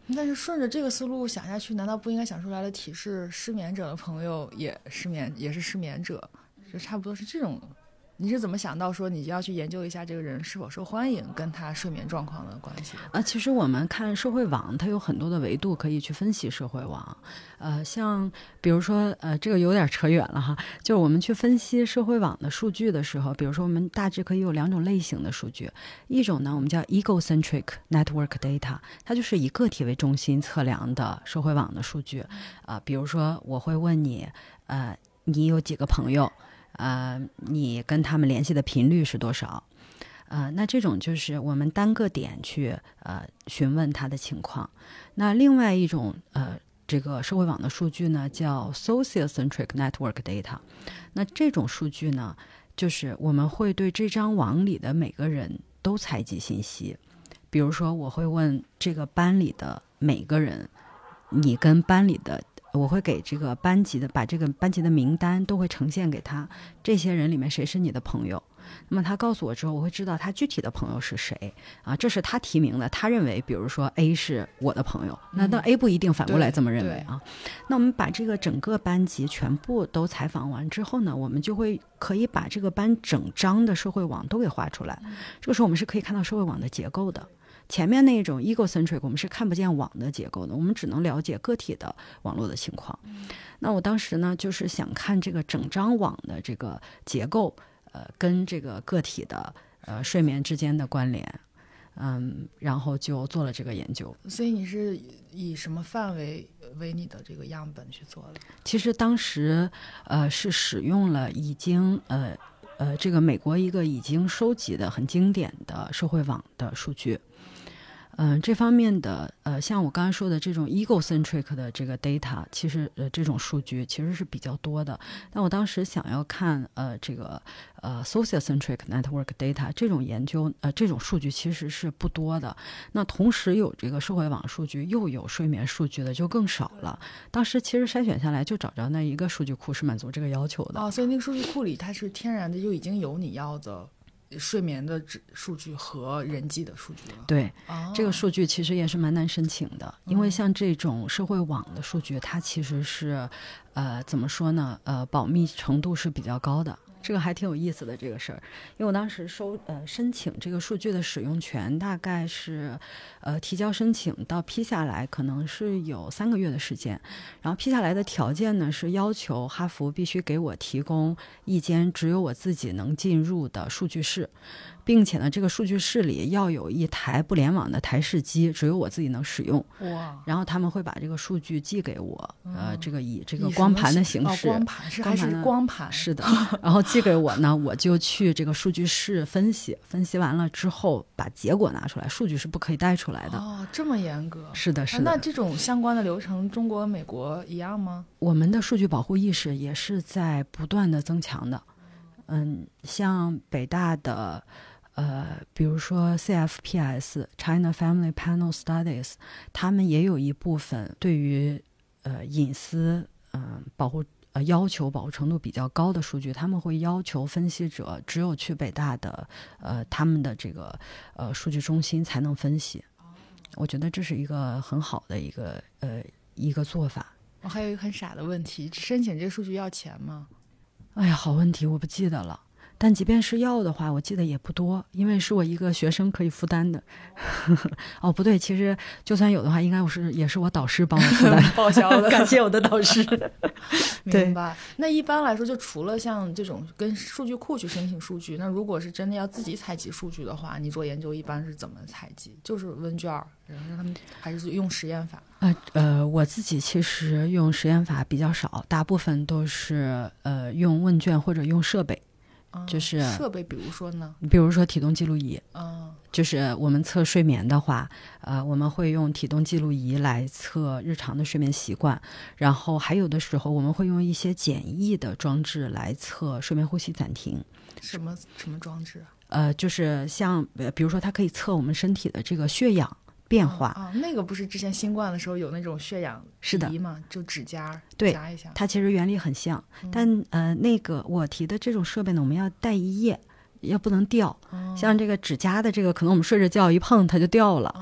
但是顺着这个思路想下去，难道不应该想出来的题是失眠者的朋友也是失眠者，就差不多是这种。你是怎么想到说你就要去研究一下这个人是否受欢迎跟他睡眠状况的关系？ 其实我们看社会网，它有很多的维度可以去分析社会网。像比如说这个有点扯远了哈，就是我们去分析社会网的数据的时候，比如说我们大致可以有2种类型的数据。一种呢，我们叫 egocentric network data， 它就是以个体为中心测量的社会网的数据。比如说我会问你，你有几个朋友？你跟他们联系的频率是多少？那这种就是我们单个点去询问他的情况。那另外一种这个社会网的数据呢，叫 sociocentric network data。那这种数据呢，就是我们会对这张网里的每个人都采集信息。比如说，我会问这个班里的每个人，你跟班里的。我会给这个班级的把这个班级的名单都会呈现给他，这些人里面谁是你的朋友？那么他告诉我之后，我会知道他具体的朋友是谁啊？这是他提名的，他认为，比如说 A 是我的朋友，那 A 不一定反过来这么认为啊。那我们把这个整个班级全部都采访完之后呢，我们就可以把这个班整张的社会网都给画出来。这个时候我们是可以看到社会网的结构的。前面那种 egocentric 我们是看不见网的结构的，我们只能了解个体的网络的情况。那我当时呢，就是想看这个整张网的这个结构，跟这个个体的睡眠之间的关联，然后就做了这个研究。 所以你是以什么范围为你的这个样本去做的？ 其实当时是使用了已经这个美国一个已经收集的很经典的社会网的数据。这方面的像我刚才说的这种 egocentric 的这个 data， 其实这种数据其实是比较多的。但我当时想要看这个sociocentric network data 这种研究这种数据其实是不多的。那同时有这个社会网数据又有睡眠数据的就更少了。当时其实筛选下来就找着那一个数据库是满足这个要求的。 所以那个数据库里它是天然的就已经有你要的睡眠的数据和人际的数据了。 对，这个数据其实也是蛮难申请的，因为像这种社会网的数据，它其实是怎么说呢？保密程度是比较高的。这个还挺有意思的这个事儿，因为我当时申请这个数据的使用权，大概是提交申请到批下来可能是有3个月的时间。然后批下来的条件呢是要求哈佛必须给我提供一间只有我自己能进入的数据室，并且呢这个数据室里要有一台不联网的台式机，只有我自己能使用。 哇！ 然后他们会把这个数据寄给我，这个以这个光盘的形式， 光盘是还是光盘？ 是的。然后寄给我呢，我就去这个数据室分析完了之后，把结果拿出来，数据是不可以带出来的。 这么严格？ 是的，是的。 那这种相关的流程，中国、美国一样吗？ 我们的数据保护意识也是在不断的增强的。像北大的比如说 CFPS China Family Panel Studies， 他们也有一部分对于隐私保护要求保护程度比较高的数据，他们会要求分析者只有去北大的他们的这个数据中心才能分析。我觉得这是一个很好的一个做法。 我还有一个很傻的问题，申请这个数据要钱吗？ 哎呀，好问题，我不记得了。但即便是要的话，我记得也不多，因为是我一个学生可以负担的。哦，不对，其实就算有的话，应该也是我导师帮我负担报销的。 感谢我的导师。 明白。那一般来说，就除了像这种跟数据库去申请数据，那如果是真的要自己采集数据的话，你做研究一般是怎么采集？就是问卷，然后他们还是用实验法？ 我自己其实用实验法比较少，大部分都是用问卷或者用设备。就是设备，比如说呢？ 比如说体动记录仪。就是我们测睡眠的话，我们会用体动记录仪来测日常的睡眠习惯，然后还有的时候我们会用一些简易的装置来测睡眠呼吸暂停。 什么装置？ 就是像比如说它可以测我们身体的这个血氧变化。 那个不是之前新冠的时候有那种血氧仪吗？就指夹一下。 它其实原理很像，但那个我提的这种设备呢，我们要带一页，要不能掉。像这个指夹的这个，可能我们睡着觉一碰它就掉了。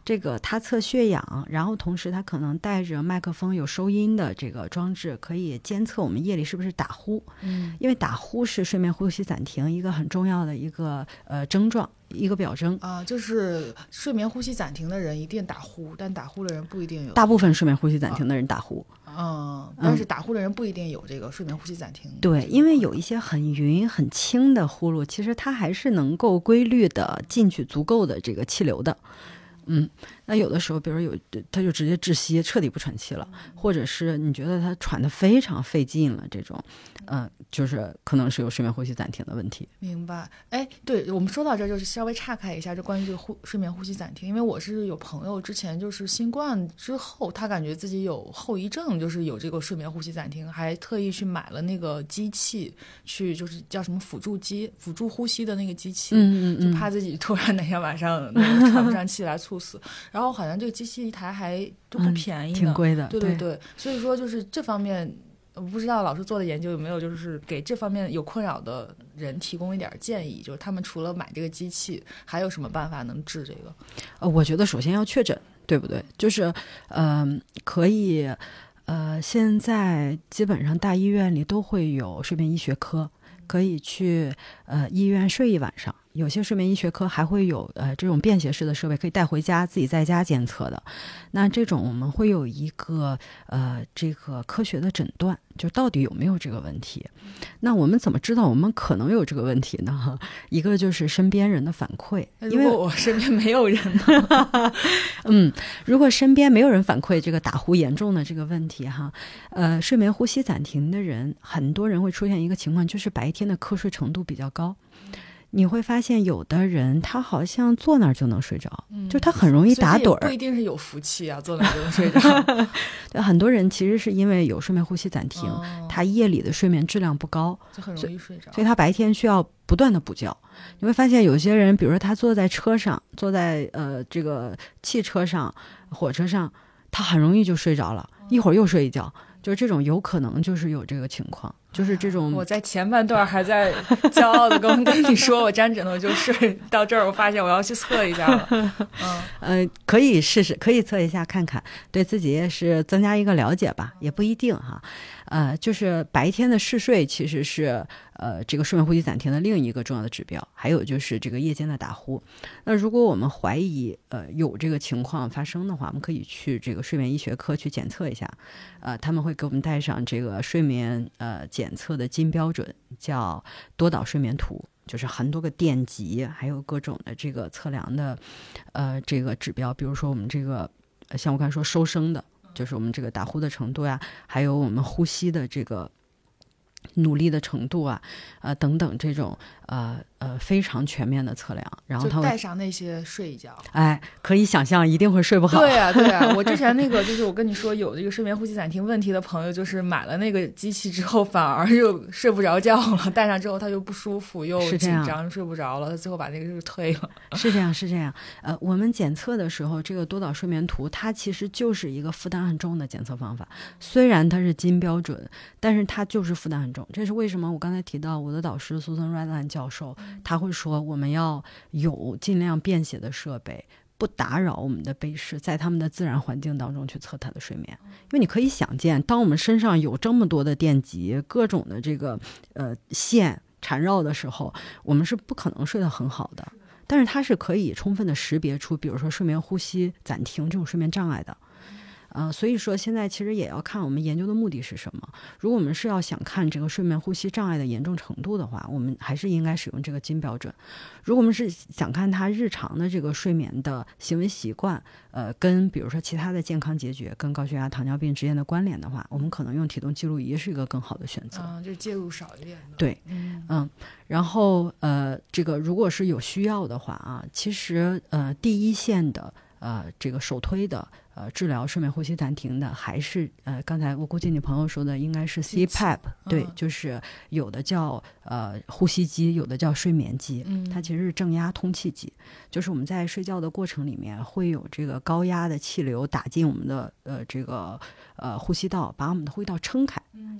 这个他测血氧，然后同时他可能带着麦克风有收音的这个装置，可以监测我们夜里是不是打呼。因为打呼是睡眠呼吸暂停一个很重要的一个症状，一个表征啊，就是睡眠呼吸暂停的人一定打呼，但打呼的人不一定有。 大部分睡眠呼吸暂停的人打呼， 但是打呼的人不一定有这个睡眠呼吸暂停。 对，因为有一些很匀很轻的呼噜，其实它还是能够规律的进去足够的这个气流的。那有的时候比如他就直接窒息，彻底不喘气了，或者是你觉得他喘得非常费劲了，这种就是可能是有睡眠呼吸暂停的问题。 明白。对，我们说到这就是稍微岔开一下，就关于这个睡眠呼吸暂停，因为我是有朋友之前就是新冠之后，他感觉自己有后遗症，就是有这个睡眠呼吸暂停，还特意去买了那个机器，去就是叫什么辅助呼吸的那个机器，就怕自己突然哪天晚上喘不上气来猝死。然后好像这个机器一台还就不便宜呢， 挺贵的。 对，所以说就是这方面不知道老师做的研究有没有就是给这方面有困扰的人提供一点建议，就是他们除了买这个机器还有什么办法能治这个。 我觉得首先要确诊，对不对？就是可以现在基本上大医院里都会有睡眠医学科，可以去医院睡一晚上。有些睡眠医学科还会有这种便携式的设备，可以带回家自己在家监测的。那这种我们会有一个这个科学的诊断，就到底有没有这个问题。那我们怎么知道我们可能有这个问题呢？一个就是身边人的反馈，因为如果我身边没有人呢如果身边没有人反馈这个打呼严重的这个问题哈，睡眠呼吸暂停的人，很多人会出现一个情况，就是白天的瞌睡程度比较高。你会发现有的人他好像坐那儿就能睡着，就他很容易打盹儿。 不一定是有福气啊，坐那儿就能睡着。 对，很多人其实是因为有睡眠呼吸暂停，他夜里的睡眠质量不高， 就很容易睡着， 所以他白天需要不断的补觉。你会发现有些人，比如说他坐在车上，坐在这个汽车上、火车上，他很容易就睡着了，一会儿又睡一觉。就是这种有可能就是有这个情况，就是这种。 我在前半段还在骄傲的跟你说我沾枕头就睡，到这儿我发现我要去测一下了。 可以试试，可以测一下看看，对自己也是增加一个了解吧，也不一定哈。就是白天的嗜睡其实是这个睡眠呼吸暂停的另一个重要的指标，还有就是这个夜间的打呼。那如果我们怀疑有这个情况发生的话，我们可以去这个睡眠医学科去检测一下，他们会给我们带上这个睡眠检测的金标准，叫多导睡眠图，就是很多个电极，还有各种的这个测量的这个指标，比如说我们这个像我刚才说收声的，就是我们这个打呼的程度呀，还有我们呼吸的这个努力的程度啊，等等这种非常全面的测量，然后他就带上那些睡一觉。 可以想象一定会睡不好。 对啊，我之前那个就是我跟你说有这个睡眠呼吸暂停问题的朋友，就是买了那个机器之后反而就睡不着觉了，戴上之后他就不舒服又紧张睡不着了，他最后把那个就退了。 是这样。我们检测的时候，这个多导睡眠图它其实就是一个负担很重的检测方法，虽然它是金标准，但是它就是负担很重。这是为什么我刚才提到我的导师 Susan Redline 教授，他会说我们要有尽量便携的设备，不打扰我们的被试，在他们的自然环境当中去测他的睡眠。因为你可以想见，当我们身上有这么多的电极，各种的这个线缠绕的时候，我们是不可能睡得很好的。但是它是可以充分的识别出比如说睡眠呼吸暂停这种睡眠障碍的。所以说现在其实也要看我们研究的目的是什么。如果我们是要想看这个睡眠呼吸障碍的严重程度的话，我们还是应该使用这个金标准。如果我们是想看他日常的这个睡眠的行为习惯，跟比如说其他的健康结节跟高血压糖尿病之间的关联的话，我们可能用体动记录仪是一个更好的选择。 就介入少一点的。 对，然后这个如果是有需要的话啊，其实第一线的这个首推的治疗睡眠呼吸暂停的还是刚才我估计你朋友说的应该是 CPAP， 对，就是有的叫呼吸机，有的叫睡眠机，它其实是正压通气机，就是我们在睡觉的过程里面会有这个高压的气流打进我们的这个呼吸道，把我们的呼吸道撑开，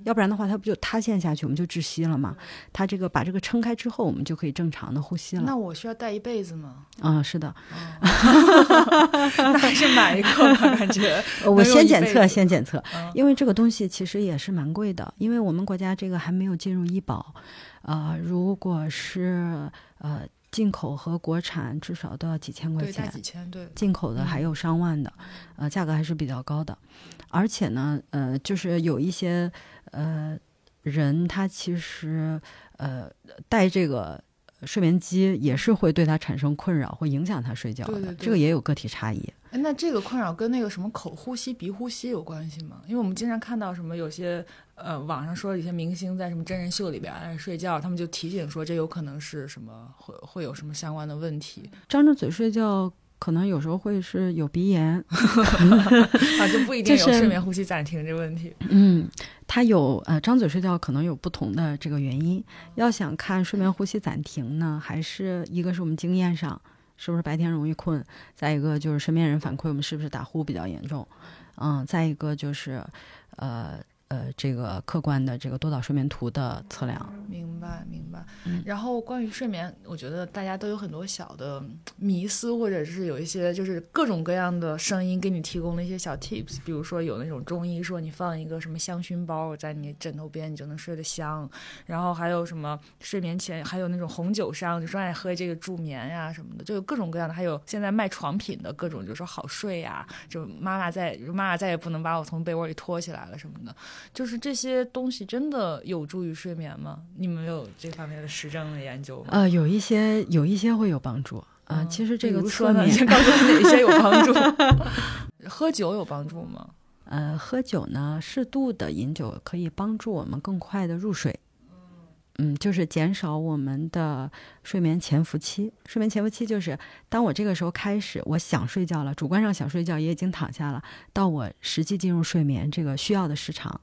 要不然的话它不就塌陷下去，我们就窒息了嘛。它这个把这个撑开之后，我们就可以正常的呼吸了。 那我需要戴一辈子吗？ 是的。 那还是买一个吧，感觉我先检测，因为这个东西其实也是蛮贵的，因为我们国家这个还没有进入医保，如果是进口和国产至少都要几千块钱， 对，大几千，对， 进口的还有上万的，价格还是比较高的。而且呢，就是有一些人他其实戴这个睡眠机也是会对他产生困扰，会影响他睡觉的。 对对对， 这个也有个体差异。 那这个困扰跟那个什么口呼吸、鼻呼吸有关系吗？因为我们经常看到什么有些网上说有些明星在什么真人秀里边睡觉，他们就提醒说这有可能是什么会有什么相关的问题。 张着嘴睡觉可能有时候会是有鼻炎就不一定有睡眠呼吸暂停这个问题。 它有张嘴睡觉可能有不同的这个原因。要想看睡眠呼吸暂停呢，还是一个是我们经验上是不是白天容易困，再一个就是身边人反馈我们是不是打呼比较严重，再一个就是这个客观的这个多导睡眠图的测量。 明白。然后关于睡眠，我觉得大家都有很多小的迷思，或者是有一些就是各种各样的声音给你提供了一些小 tips。比如说有那种中医说你放一个什么香薰包在你枕头边，你就能睡得香。然后还有什么睡眠前还有那种红酒商就说爱喝这个助眠呀什么的，就有各种各样的。还有现在卖床品的各种，就说好睡呀，就妈妈再也不能把我从被窝里拖起来了什么的。就是这些东西真的有助于睡眠吗？你们有这方面的实证的研究吗？ 有一些会有帮助其实这个侧面， 先告诉我哪些有帮助。喝酒有帮助吗？ 喝酒呢，适度的饮酒可以帮助我们更快的入睡。就是减少我们的睡眠潜伏期。睡眠潜伏期就是当我这个时候开始我想睡觉了，主观上想睡觉也已经躺下了，到我实际进入睡眠这个需要的时长。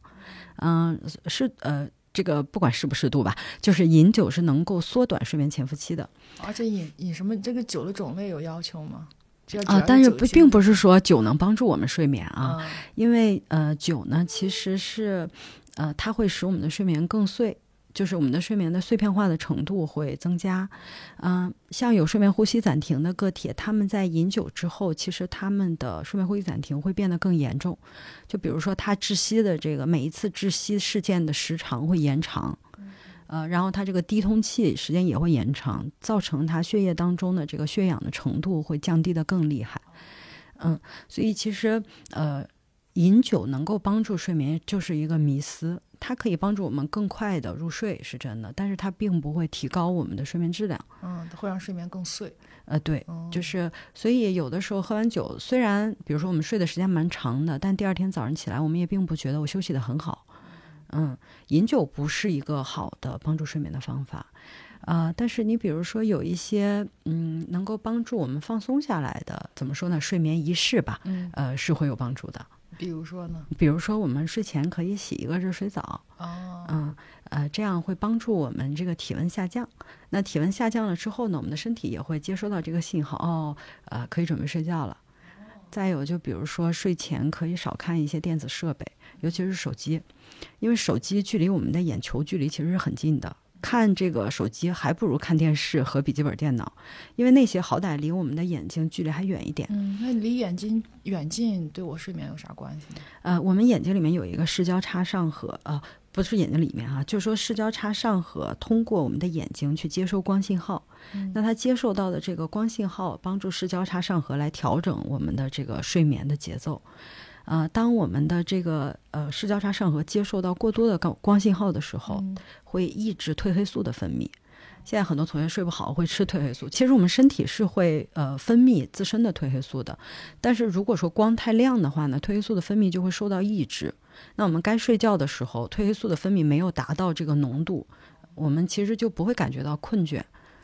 这个不管适不适度吧，就是饮酒是能够缩短睡眠潜伏期的。 而且饮什么这个酒的种类有要求吗？ 但是并不是说酒能帮助我们睡眠因为酒呢其实是它会使我们的睡眠更碎，就是我们的睡眠的碎片化的程度会增加。像有睡眠呼吸暂停的个体，他们在饮酒之后，其实他们的睡眠呼吸暂停会变得更严重。就比如说他窒息的这个每一次窒息事件的时长会延长，然后他这个低通气时间也会延长，造成他血液当中的这个血氧的程度会降低得更厉害。所以其实饮酒能够帮助睡眠就是一个迷思。它可以帮助我们更快的入睡是真的，但是它并不会提高我们的睡眠质量。 它会让睡眠更碎。 对，就是所以有的时候喝完酒，虽然比如说我们睡的时间蛮长的，但第二天早上起来我们也并不觉得我休息得很好。饮酒不是一个好的帮助睡眠的方法。但是你比如说有一些能够帮助我们放松下来的，怎么说呢，睡眠仪式吧，是会有帮助的。 比如说呢？ 比如说我们睡前可以洗一个热水澡。这样会帮助我们这个体温下降。那体温下降了之后呢，我们的身体也会接收到这个信号，可以准备睡觉了。再有就比如说睡前可以少看一些电子设备，尤其是手机，因为手机距离我们的眼球距离其实是很近的。看这个手机还不如看电视和笔记本电脑，因为那些好歹离我们的眼睛距离还远一点。 那离眼睛远近对我睡眠有啥关系呢？我们眼睛里面有一个视交叉上核，不是眼睛里面就是说视交叉上核通过我们的眼睛去接收光信号。那它接受到的这个光信号帮助视交叉上核来调整我们的这个睡眠的节奏。当我们的这个视交叉上核接受到过多的光信号的时候，会抑制褪黑素的分泌。现在很多同学睡不好会吃褪黑素，其实我们身体是会分泌自身的褪黑素的，但是如果说光太亮的话呢，褪黑素的分泌就会受到抑制。那我们该睡觉的时候，褪黑素的分泌没有达到这个浓度，我们其实就不会感觉到困倦。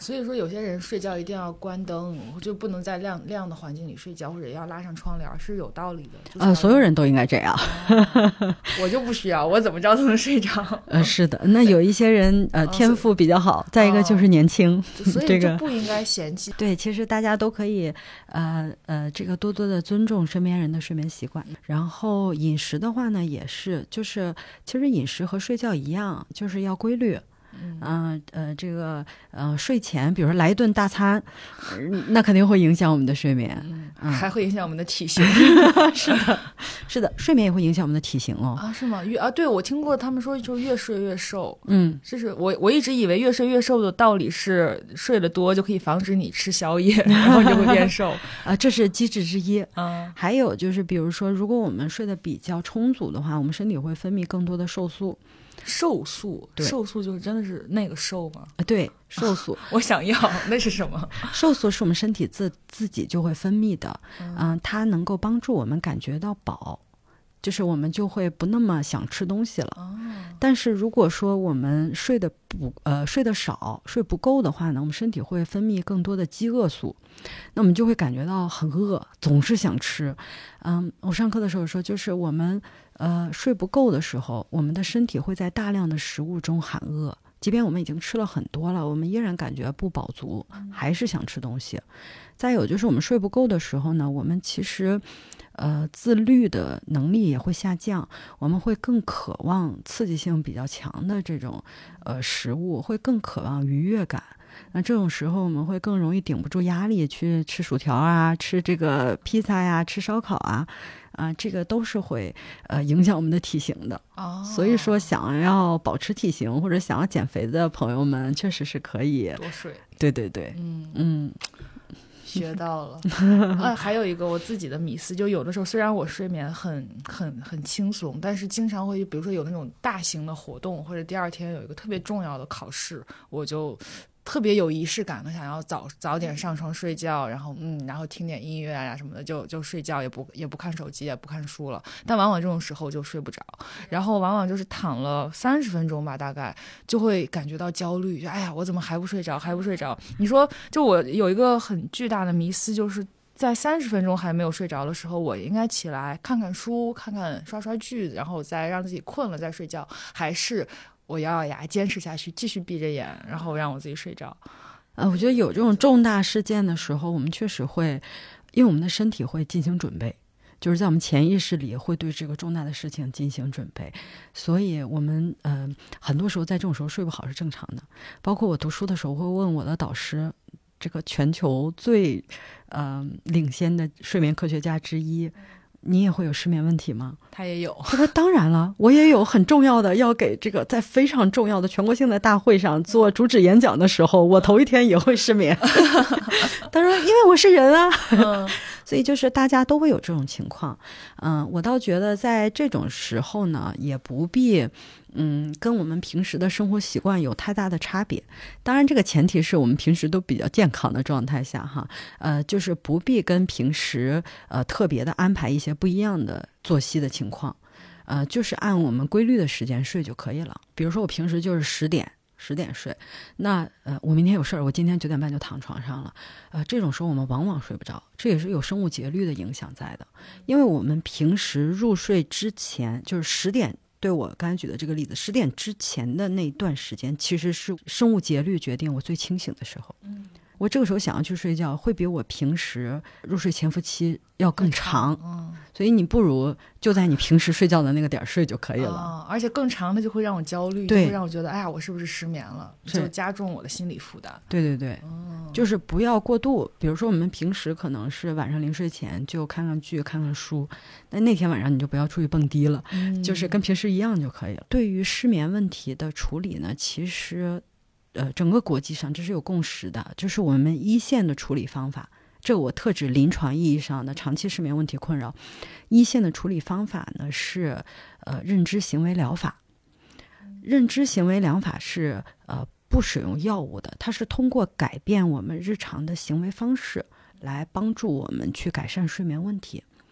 所以说有些人睡觉一定要关灯，就不能在亮的环境里睡觉，或者要拉上窗帘，是有道理的。 所有人都应该这样。 我就不需要，我怎么着都能睡着。 是的，那有一些人天赋比较好，再一个就是年轻， 所以就不应该嫌弃。 对，其实大家都可以这个多多的尊重身边人的睡眠习惯。然后饮食的话呢，也是，就是其实饮食和睡觉一样，就是要规律。这个睡前比如说来一顿大餐，那肯定会影响我们的睡眠， 还会影响我们的体型。 是的，睡眠也会影响我们的体型哦。 是吗？对，我听过他们说就越睡越瘦。 就是我一直以为越睡越瘦的道理是睡得多就可以防止你吃宵夜，然后你就会变瘦。 这是机制之一。还有就是比如说如果我们睡得比较充足的话，我们身体会分泌更多的瘦素。 瘦素就是真的是那个瘦吗？ 对，瘦素。 我想要，那是什么？ 瘦素是我们身体自己就会分泌的，它能够帮助我们感觉到饱，就是我们就会不那么想吃东西了。但是如果说我们睡得少，睡不够的话呢，我们身体会分泌更多的饥饿素，那我们就会感觉到很饿，总是想吃。我上课的时候说，就是我们睡不够的时候，我们的身体会在大量的食物中喊饿，即便我们已经吃了很多了，我们依然感觉不饱足，还是想吃东西。再有就是我们睡不够的时候呢，我们其实自律的能力也会下降，我们会更渴望刺激性比较强的这种食物，会更渴望愉悦感。那这种时候我们会更容易顶不住压力去吃薯条啊，吃这个披萨呀，吃烧烤啊，这个都是会影响我们的体型的。所以说想要保持体型或者想要减肥的朋友们，确实是可以多睡。 对对对， 学到了。还有一个我自己的迷思，就有的时候虽然我睡眠很轻松，但是经常会比如说有那种大型的活动，或者第二天有一个特别重要的考试，我就特别有仪式感的想要早点上床睡觉，然后听点音乐啊什么的，就睡觉，也不看手机，也不看书了。但往往这种时候就睡不着，然后往往就是躺了30分钟吧，大概就会感觉到焦虑，就哎呀，我怎么还不睡着？你说，就我有一个很巨大的迷思，就是在30分钟还没有睡着的时候，我应该起来看看书，刷剧，然后再让自己困了再睡觉，还是我咬咬牙坚持下去，继续闭着眼，然后让我自己睡着？ 我觉得有这种重大事件的时候，我们确实会，因为我们的身体会进行准备，就是在我们潜意识里会对这个重大的事情进行准备，所以我们很多时候在这种时候睡不好是正常的。包括我读书的时候会问我的导师，这个全球最领先的睡眠科学家之一，你也会有失眠问题吗？ 他也有。 他说当然了，我也有很重要的要给这个在非常重要的全国性的大会上做主旨演讲的时候，我头一天也会失眠。他说因为我是人啊。所以就是大家都会有这种情况。我倒觉得在这种时候呢，也不必跟我们平时的生活习惯有太大的差别。当然这个前提是我们平时都比较健康的状态下哈，就是不必跟平时特别的安排一些不一样的作息的情况，就是按我们规律的时间睡就可以了。比如说我平时就是10点睡，那我明天有事儿，我今天9点半就躺床上了，这种时候我们往往睡不着，这也是有生物节律的影响在的。因为我们平时入睡之前，就是10点，对我刚才举的这个例子，10点之前的那段时间，其实是生物节律决定我最清醒的时候。我这个时候想要去睡觉，会比我平时入睡潜伏期要更长。所以你不如就在你平时睡觉的那个点睡就可以了。 而且更长的就会让我焦虑，就会让我觉得哎呀，我是不是失眠了，就加重我的心理负担。 对对对，就是不要过度。比如说我们平时可能是晚上临睡前就看看剧看看书，那天晚上你就不要出去蹦迪了，就是跟平时一样就可以了。对于失眠问题的处理呢，其实整个国际上这是有共识的，就是我们一线的处理方法，这我特指临床意义上的长期失眠问题困扰，一线的处理方法呢是认知行为疗法。认知行为疗法是不使用药物的，它是通过改变我们日常的行为方式来帮助我们去改善睡眠问题。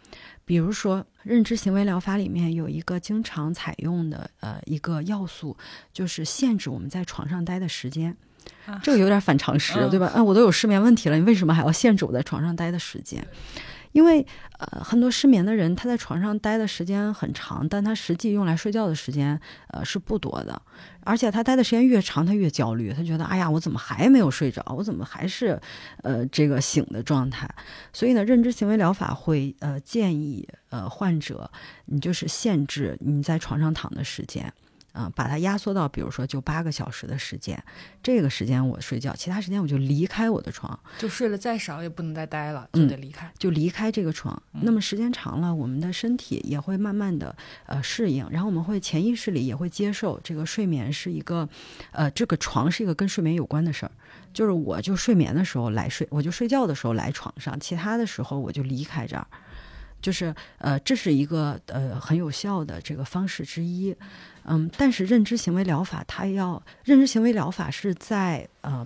比如说认知行为疗法里面有一个经常采用的一个要素，就是限制我们在床上待的时间。这个有点反常识，对吧？我都有失眠问题了，你为什么还要限制我在床上待的时间？因为很多失眠的人他在床上待的时间很长，但他实际用来睡觉的时间是不多的，而且他待的时间越长他越焦虑，他觉得哎呀我怎么还没有睡着，我怎么还是这个醒的状态。所以呢认知行为疗法会建议患者你就是限制你在床上躺的时间，把它压缩到比如说就8个小时的时间，这个时间我睡觉，其他时间我就离开我的床， 就睡了再少也不能再待了，就得离开， 就离开这个床。那么时间长了我们的身体也会慢慢的适应，然后我们会潜意识里也会接受这个睡眠是一个这个床是一个跟睡眠有关的事儿，就是我就睡眠的时候来睡，我就睡觉的时候来床上，其他的时候我就离开这儿，就是这是一个很有效的这个方式之一。但是认知行为疗法认知行为疗法是在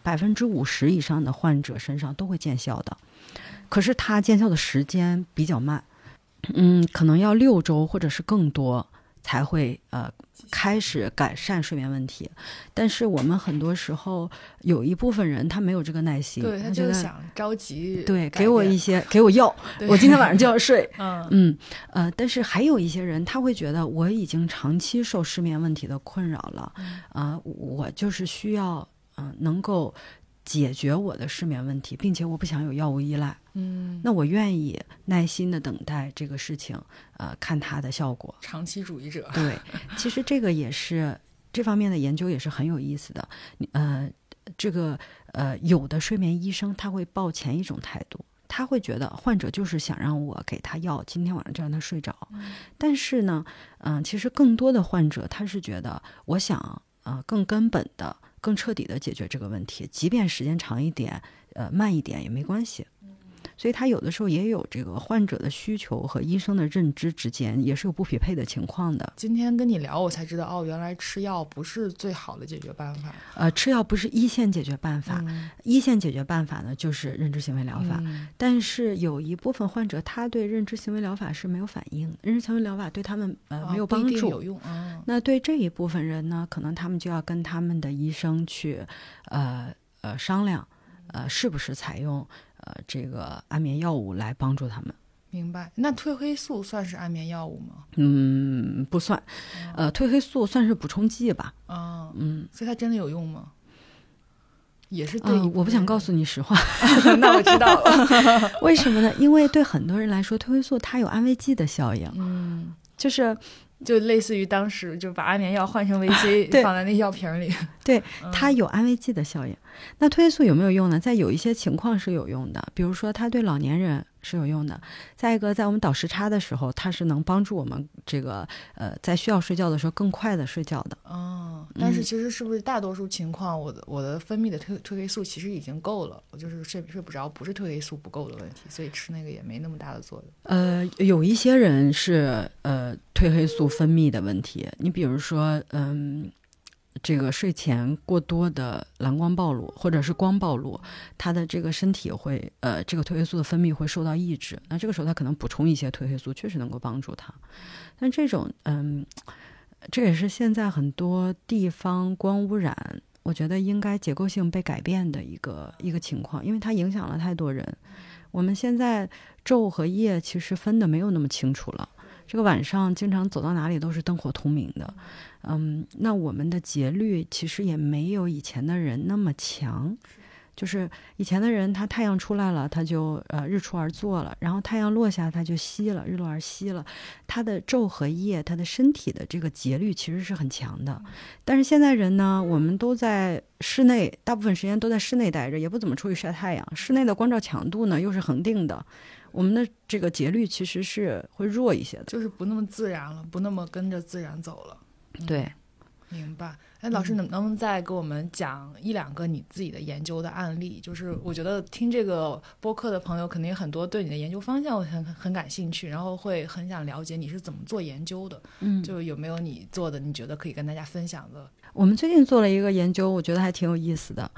50%以上的患者身上都会见效的，可是它见效的时间比较慢，可能要6周或者是更多才会开始改善睡眠问题。但是我们很多时候有一部分人他没有这个耐心， 对，他就想着急， 对，给我药，我今天晚上就要睡。但是还有一些人他会觉得我已经长期受失眠问题的困扰了，我就是需要能够解决我的失眠问题，并且我不想有药物依赖。那我愿意耐心的等待这个事情看它的效果。 长期主义者。对， 其实这个也是这方面的研究也是很有意思的。这个有的睡眠医生他会抱前一种态度，他会觉得患者就是想让我给他药，今天晚上就让他睡着。但是呢其实更多的患者他是觉得我想更根本的更彻底的解决这个问题，即便时间长一点慢一点也没关系。所以他有的时候也有这个患者的需求和医生的认知之间也是有不匹配的情况的。 今天跟你聊我才知道原来吃药不是最好的解决办法。 吃药不是一线解决办法，一线解决办法呢就是认知行为疗法。但是有一部分患者他对认知行为疗法是没有反应，认知行为疗法对他们没有帮助， 不一定有用。 那对这一部分人呢，可能他们就要跟他们的医生去商量是不是采用这个安眠药物来帮助他们。 明白。那褪黑素算是安眠药物吗？ 不算。褪黑素算是补充剂吧。 所以它真的有用吗？也是对我不想告诉你实话。 那我知道了。 为什么呢？因为对很多人来说褪黑素它有安慰剂的效应。 就类似于当时就把安眠药换成维 C 放在那药瓶里。 对，它有安慰剂的效应。那褪黑素有没有用呢？在有一些情况是有用的，比如说它对老年人是有用的。再一个，在我们倒时差的时候，它是能帮助我们这个在需要睡觉的时候更快的睡觉的。 但是其实是不是大多数情况我的分泌的褪黑素其实已经够了，我就是睡不着，不是褪黑素不够的问题，所以吃那个也没那么大的作用。 有一些人是褪黑素分泌的问题，你比如说这个睡前过多的蓝光暴露或者是光暴露，他的这个身体会这个褪黑素的分泌会受到抑制，那这个时候他可能补充一些褪黑素确实能够帮助他。但这种这也是现在很多地方光污染我觉得应该结构性被改变的一个情况，因为它影响了太多人。我们现在昼和夜其实分得没有那么清楚了，这个晚上经常走到哪里都是灯火通明的。那我们的节律其实也没有以前的人那么强，就是以前的人他太阳出来了他就日出而作了，然后太阳落下他就息了，日落而息了，他的昼和夜他的身体的这个节律其实是很强的。但是现在人呢，我们都在室内，大部分时间都在室内待着，也不怎么出去晒太阳，室内的光照强度呢又是恒定的，我们的这个节律其实是会弱一些的， 就是不那么自然了，不那么跟着自然走了。 对， 明白。老师能不能再给我们讲一两个你自己的研究的案例？就是我觉得听这个播客的朋友肯定很多对你的研究方向很感兴趣，然后会很想了解你是怎么做研究的。就有没有你做的你觉得可以跟大家分享的？ 我们最近做了一个研究，我觉得还挺有意思的。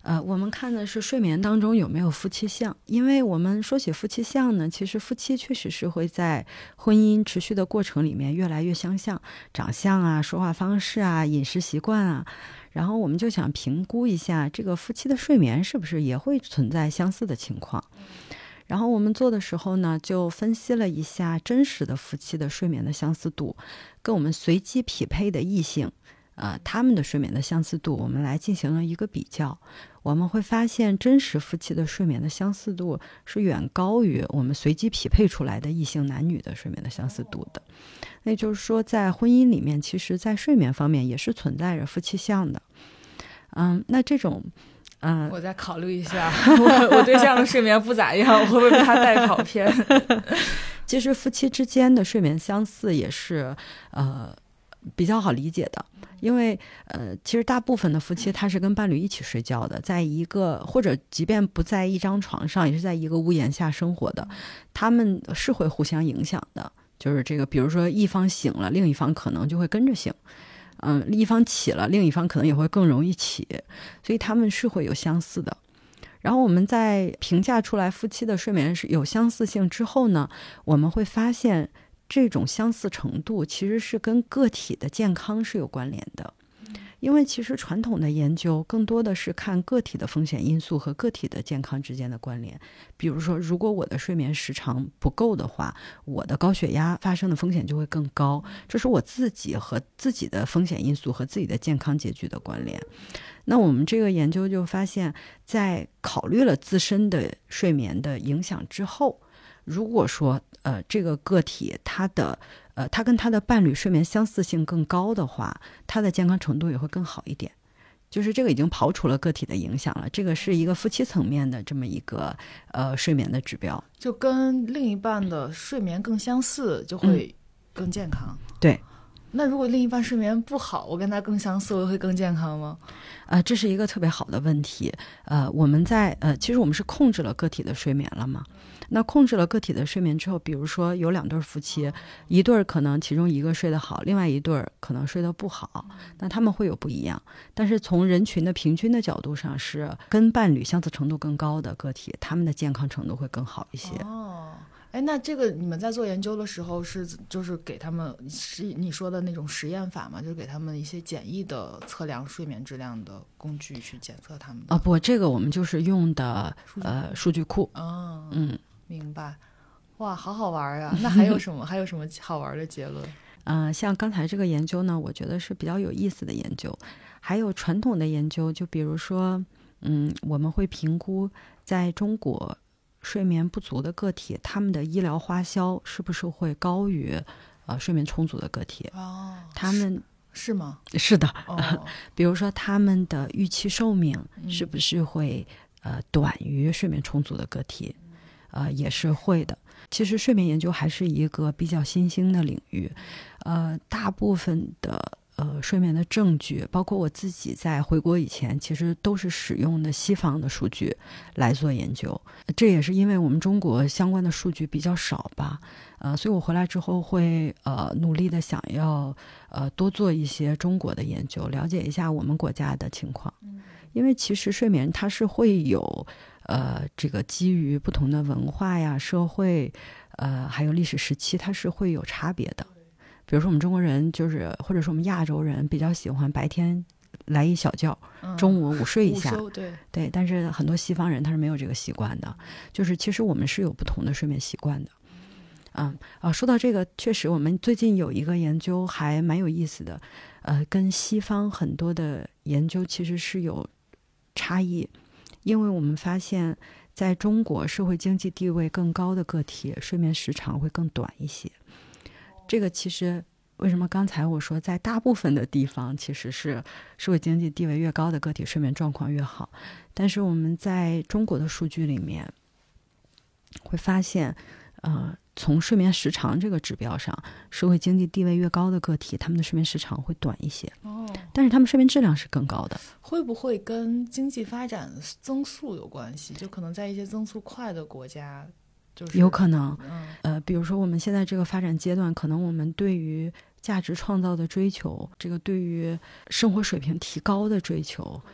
我们看的是睡眠当中有没有夫妻相，因为我们说起夫妻相呢，其实夫妻确实是会在婚姻持续的过程里面越来越相像，长相啊、说话方式啊、饮食习惯啊，然后我们就想评估一下这个夫妻的睡眠是不是也会存在相似的情况。然后我们做的时候呢，就分析了一下真实的夫妻的睡眠的相似度，跟我们随机匹配的异性他们的睡眠的相似度，我们来进行了一个比较。我们会发现真实夫妻的睡眠的相似度是远高于我们随机匹配出来的异性男女的睡眠的相似度的。那就是说在婚姻里面，其实在睡眠方面也是存在着夫妻相的。那这种我再考虑一下，我对象的睡眠不咋样，我会不会被他带跑偏？ 其实夫妻之间的睡眠相似也是比较好理解的，因为其实大部分的夫妻他是跟伴侣一起睡觉的，在一个或者即便不在一张床上，也是在一个屋檐下生活的，他们是会互相影响的。就是这个，比如说一方醒了，另一方可能就会跟着醒。一方起了，另一方可能也会更容易起，所以他们是会有相似的。然后我们在评价出来夫妻的睡眠是有相似性之后呢，我们会发现这种相似程度其实是跟个体的健康是有关联的。因为其实传统的研究更多的是看个体的风险因素和个体的健康之间的关联。比如说，如果我的睡眠时长不够的话，我的高血压发生的风险就会更高，这是我自己和自己的风险因素和自己的健康结局的关联。那我们这个研究就发现，在考虑了自身的睡眠的影响之后，如果说这个个体他跟他的伴侣睡眠相似性更高的话，他的健康程度也会更好一点。就是这个已经刨除了个体的影响了，这个是一个夫妻层面的这么一个睡眠的指标， 就跟另一半的睡眠更相似，就会更健康。 对。 那如果另一半睡眠不好，我跟他更相似，我会更健康吗？ 这是一个特别好的问题。我们其实我们是控制了个体的睡眠了嘛？那控制了个体的睡眠之后，比如说有2对夫妻，一对可能其中一个睡得好，另外一对可能睡得不好，那他们会有不一样。但是从人群的平均的角度上，是跟伴侣相似程度更高的个体，他们的健康程度会更好一些。 那这个你们在做研究的时候就是给他们是你说的那种实验法吗？就是给他们一些简易的测量睡眠质量的工具去检测他们的？ 不，这个我们就是用的数据库。 明白。哇，好好玩啊！那还有什么好玩的结论？ 像刚才这个研究呢，我觉得是比较有意思的研究。还有传统的研究，就比如说我们会评估在中国睡眠不足的个体，他们的医疗花销是不是会高于睡眠充足的个体？他们是吗？ 是的。比如说他们的预期寿命是不是会短于睡眠充足的个体？也是会的。其实睡眠研究还是一个比较新兴的领域，大部分的睡眠的证据，包括我自己在回国以前，其实都是使用的西方的数据来做研究。这也是因为我们中国相关的数据比较少吧，所以我回来之后会努力的想要多做一些中国的研究，了解一下我们国家的情况。因为其实睡眠它是会有这个基于不同的文化呀、社会还有历史时期，它是会有差别的。比如说我们中国人或者说我们亚洲人比较喜欢白天来一小觉，中午午睡一下，对，但是很多西方人他是没有这个习惯的，就是其实我们是有不同的睡眠习惯的。说到这个，确实我们最近有一个研究还蛮有意思的，跟西方很多的研究其实是有差异，因为我们发现在中国社会经济地位更高的个体睡眠时长会更短一些。这个其实为什么刚才我说在大部分的地方其实是社会经济地位越高的个体睡眠状况越好，但是我们在中国的数据里面会发现从睡眠时长这个指标上，社会经济地位越高的个体他们的睡眠时长会短一些，但是他们睡眠质量是更高的。 会不会跟经济发展增速有关系？就可能在一些增速快的国家有可能比如说我们现在这个发展阶段，可能我们对于价值创造的追求，这个对于生活水平提高的追求，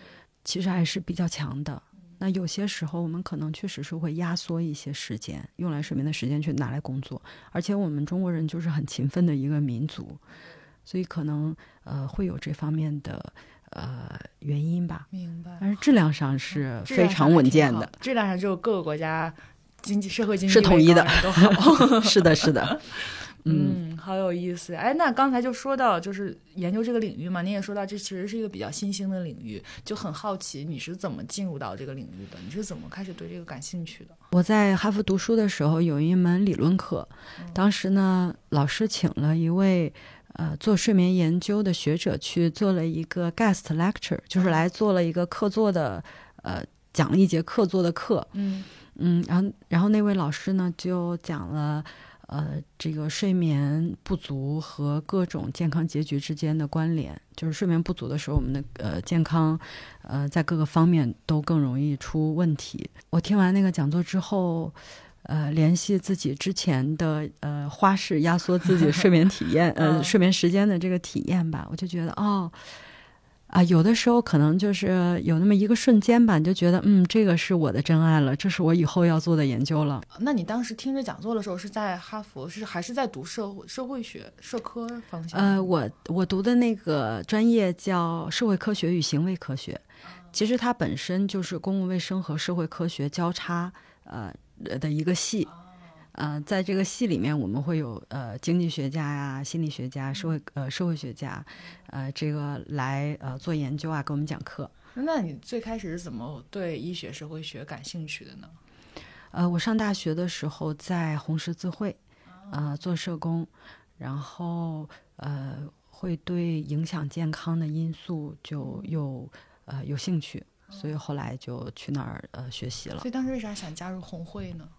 其实还是比较强的。那有些时候我们可能确实是会压缩一些时间，用来睡眠的时间去拿来工作，而且我们中国人就是很勤奋的一个民族，所以可能会有这方面的原因吧。 明白。 但是质量上是非常稳健的， 质量上就各个国家社会经济是统一的都好。 是的是的。 好有意思。哎，那刚才就说到就是研究这个领域嘛，你也说到这其实是一个比较新兴的领域，就很好奇你是怎么进入到这个领域的，你是怎么开始对这个感兴趣的？ 我在哈佛读书的时候有一门理论课，当时呢老师请了一位做睡眠研究的学者去做了一个 guest lecture， 就是来做了一个客座的讲了一节客座的课。然后那位老师呢就讲了这个睡眠不足和各种健康结局之间的关联，就是睡眠不足的时候我们的健康在各个方面都更容易出问题。我听完那个讲座之后联系自己之前的花式压缩自己睡眠体验睡眠时间的这个体验吧，我就觉得有的时候可能就是有那么一个瞬间吧，你就觉得这个是我的真爱了，这是我以后要做的研究了。 那你当时听着讲座的时候是在哈佛还是在读社会学社科方向？ 我读的那个专业叫社会科学与行为科学，其实它本身就是公共卫生和社会科学交叉的一个系。在这个系里面我们会有经济学家呀、心理学家、社会学家这个来做研究啊，给我们讲课。 那你最开始是怎么对医学社会学感兴趣的呢？ 我上大学的时候在红十字会做社工，然后会对影响健康的因素就有兴趣，所以后来就去那儿学习了。 所以当时为啥想加入红会呢？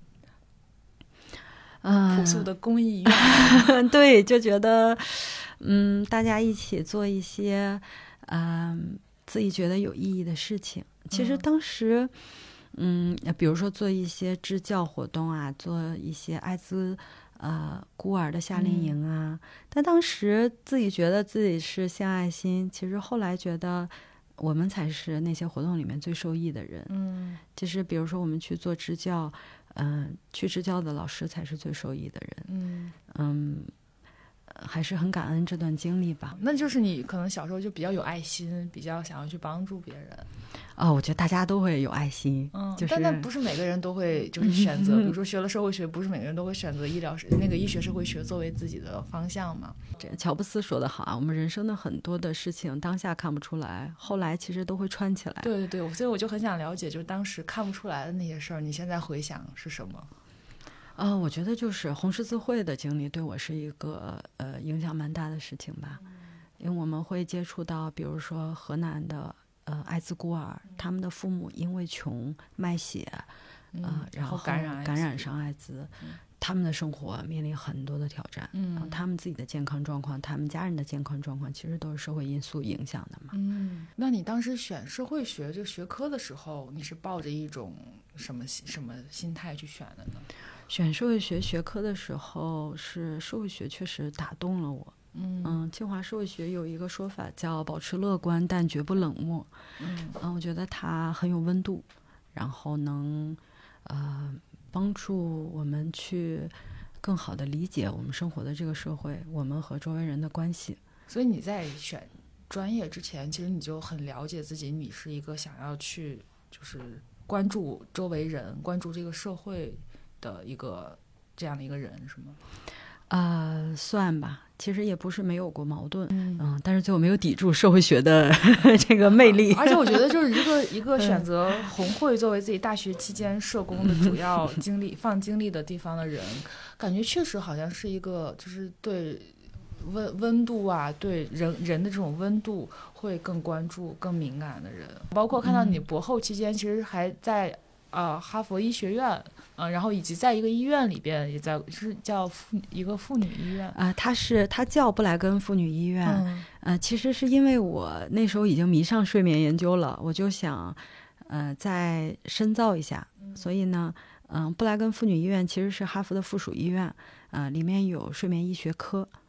朴素的公益院对，就觉得大家一起做一些自己觉得有意义的事情。其实当时比如说做一些支教活动啊，做一些艾滋孤儿的夏令营啊，但当时自己觉得自己是献爱心，其实后来觉得我们才是那些活动里面最受益的人。其实比如说我们去做支教去支教的老师才是最受益的人。还是很感恩这段经历吧。 那就是你可能小时候就比较有爱心，比较想要去帮助别人。 我觉得大家都会有爱心， 但不是每个人都会就是选择，比如说学了社会学，不是每个人都会选择医学社会学作为自己的方向嘛。 乔布斯说的好啊，我们人生的很多的事情当下看不出来，后来其实都会串起来。 对，所以我就很想了解，就是当时看不出来的那些事儿，你现在回想是什么？ 我觉得就是红十字会的经历对我是一个影响蛮大的事情吧。因为我们会接触到比如说河南的艾滋孤儿，他们的父母因为穷卖血然后感染上艾滋，他们的生活面临很多的挑战。他们自己的健康状况，他们家人的健康状况其实都是社会因素影响的嘛。 那你当时选社会学这个学科的时候，你是抱着一种什么心态去选的呢？ 选社会学学科的时候，是社会学确实打动了我。清华社会学有一个说法叫保持乐观但绝不冷漠。我觉得它很有温度，然后能帮助我们去更好的理解我们生活的这个社会，我们和周围人的关系。 所以你在选专业之前，其实你就很了解自己，你是一个想要去就是关注周围人、关注这个社会的这样的一个人，是吗？ 算吧，其实也不是没有过矛盾。但是最后没有抵住社会学的这个魅力。 而且我觉得就是一个选择红会作为自己大学期间社工的主要放精力的地方的人，感觉确实好像是一个就是对温度啊，对人的这种温度会更关注、更敏感的人。包括看到你博后期间其实还在哈佛医学院，然后以及在一个医院里边也在是叫一个妇女医院它叫布莱根妇女医院。其实是因为我那时候已经迷上睡眠研究了，我就想再深造一下。所以呢布莱根妇女医院其实是哈佛的附属医院，里面有睡眠医学科。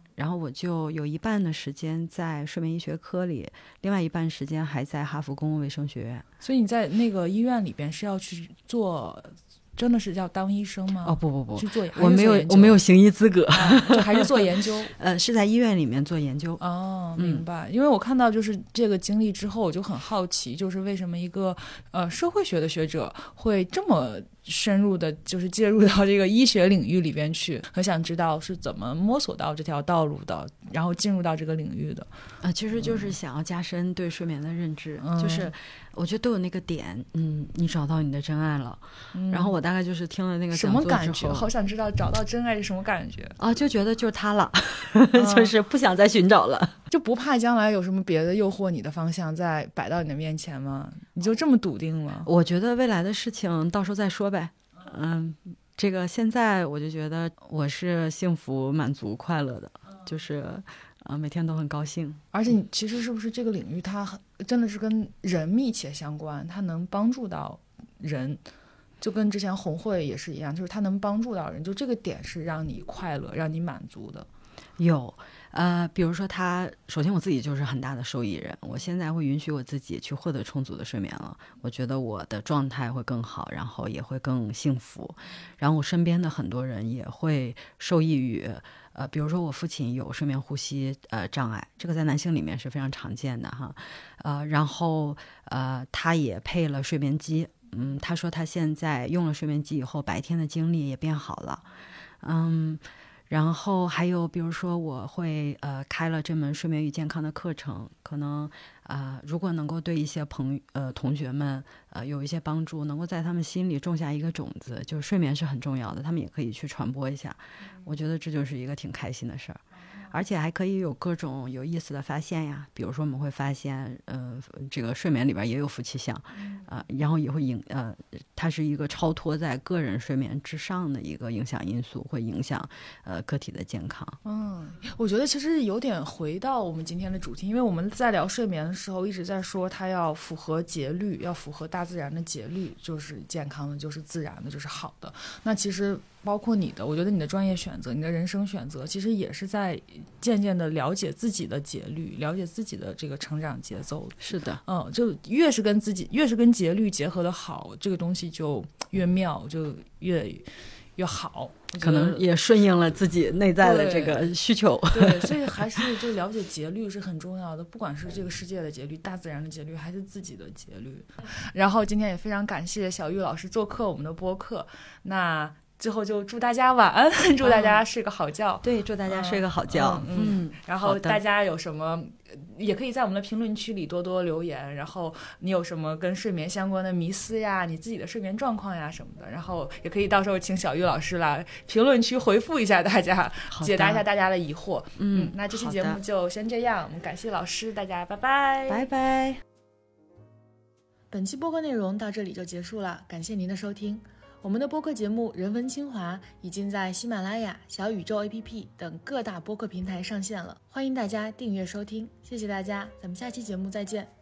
然后我就有一半的时间在睡眠医学科里，另外一半时间还在哈佛公共卫生学院。 所以你在那个医院里边是要去做，真的是要当医生吗？ 哦不， 去做， 我没有行医资格， 就还是做研究。 是在医院里面做研究。 哦，明白。因为我看到就是这个经历之后，我就很好奇，就是为什么一个社会学的学者会这么深入的，就是介入到这个医学领域里边去，很想知道是怎么摸索到这条道路的，然后进入到这个领域的。 其实就是想要加深对睡眠的认知，就是我觉得都有那个点，你找到你的真爱了。然后我大概就是听了那个讲座之后， 什么感觉？好想知道找到真爱是什么感觉啊？就觉得就是他了，就是不想再寻找了， 就不怕将来有什么别的诱惑你的方向再摆到你的面前吗？你就这么笃定了？ 我觉得未来的事情到时候再说呗。这个现在我就觉得我是幸福、满足、快乐的，就是每天都很高兴。 而且你其实是不是这个领域它真的是跟人密切相关，它能帮助到人，就跟之前红会也是一样，就是它能帮助到人，就这个点是让你快乐让你满足的。 有比如说首先我自己就是很大的受益人，我现在会允许我自己去获得充足的睡眠了，我觉得我的状态会更好，然后也会更幸福，然后我身边的很多人也会受益于比如说我父亲有睡眠呼吸障碍，这个在男性里面是非常常见的哈，然后他也配了睡眠机，他说他现在用了睡眠机以后白天的精力也变好了，然后还有比如说我会开了这门睡眠与健康的课程，可能如果能够对一些同学们有一些帮助，能够在他们心里种下一个种子，就是睡眠是很重要的，他们也可以去传播一下，我觉得这就是一个挺开心的事儿。而且还可以有各种有意思的发现呀，比如说我们会发现这个睡眠里边也有夫妻相，然后也会它是一个超脱在个人睡眠之上的一个影响因素，会影响个体的健康。 我觉得其实有点回到我们今天的主题，因为我们在聊睡眠的时候一直在说它要符合节律，要符合大自然的节律，就是健康的，就是自然的，就是好的。那其实包括你的，我觉得你的专业选择，你的人生选择，其实也是在渐渐的了解自己的节律，了解自己的这个成长节奏。 是的， 就越是跟节律结合的好，这个东西就越妙，就越好， 可能也顺应了自己内在的这个需求。 对，所以还是就了解节律是很重要的，不管是这个世界的节律、大自然的节律，还是自己的节律。然后今天也非常感谢小玉老师做客我们的播客，那最后就祝大家晚安，祝大家睡个好觉。 对，祝大家睡个好觉。 然后大家有什么也可以在我们的评论区里多多留言，然后你有什么跟睡眠相关的迷思呀，你自己的睡眠状况呀什么的，然后也可以到时候请小玉老师来评论区回复一下大家，解答一下大家的疑惑。那这期节目就先这样，我们感谢老师，大家拜拜。 拜拜。 本期播客内容到这里就结束了，感谢您的收听。我们的播客节目《人文清华》已经在喜马拉雅、小宇宙 APP 等各大播客平台上线了，欢迎大家订阅收听。谢谢大家，咱们下期节目再见。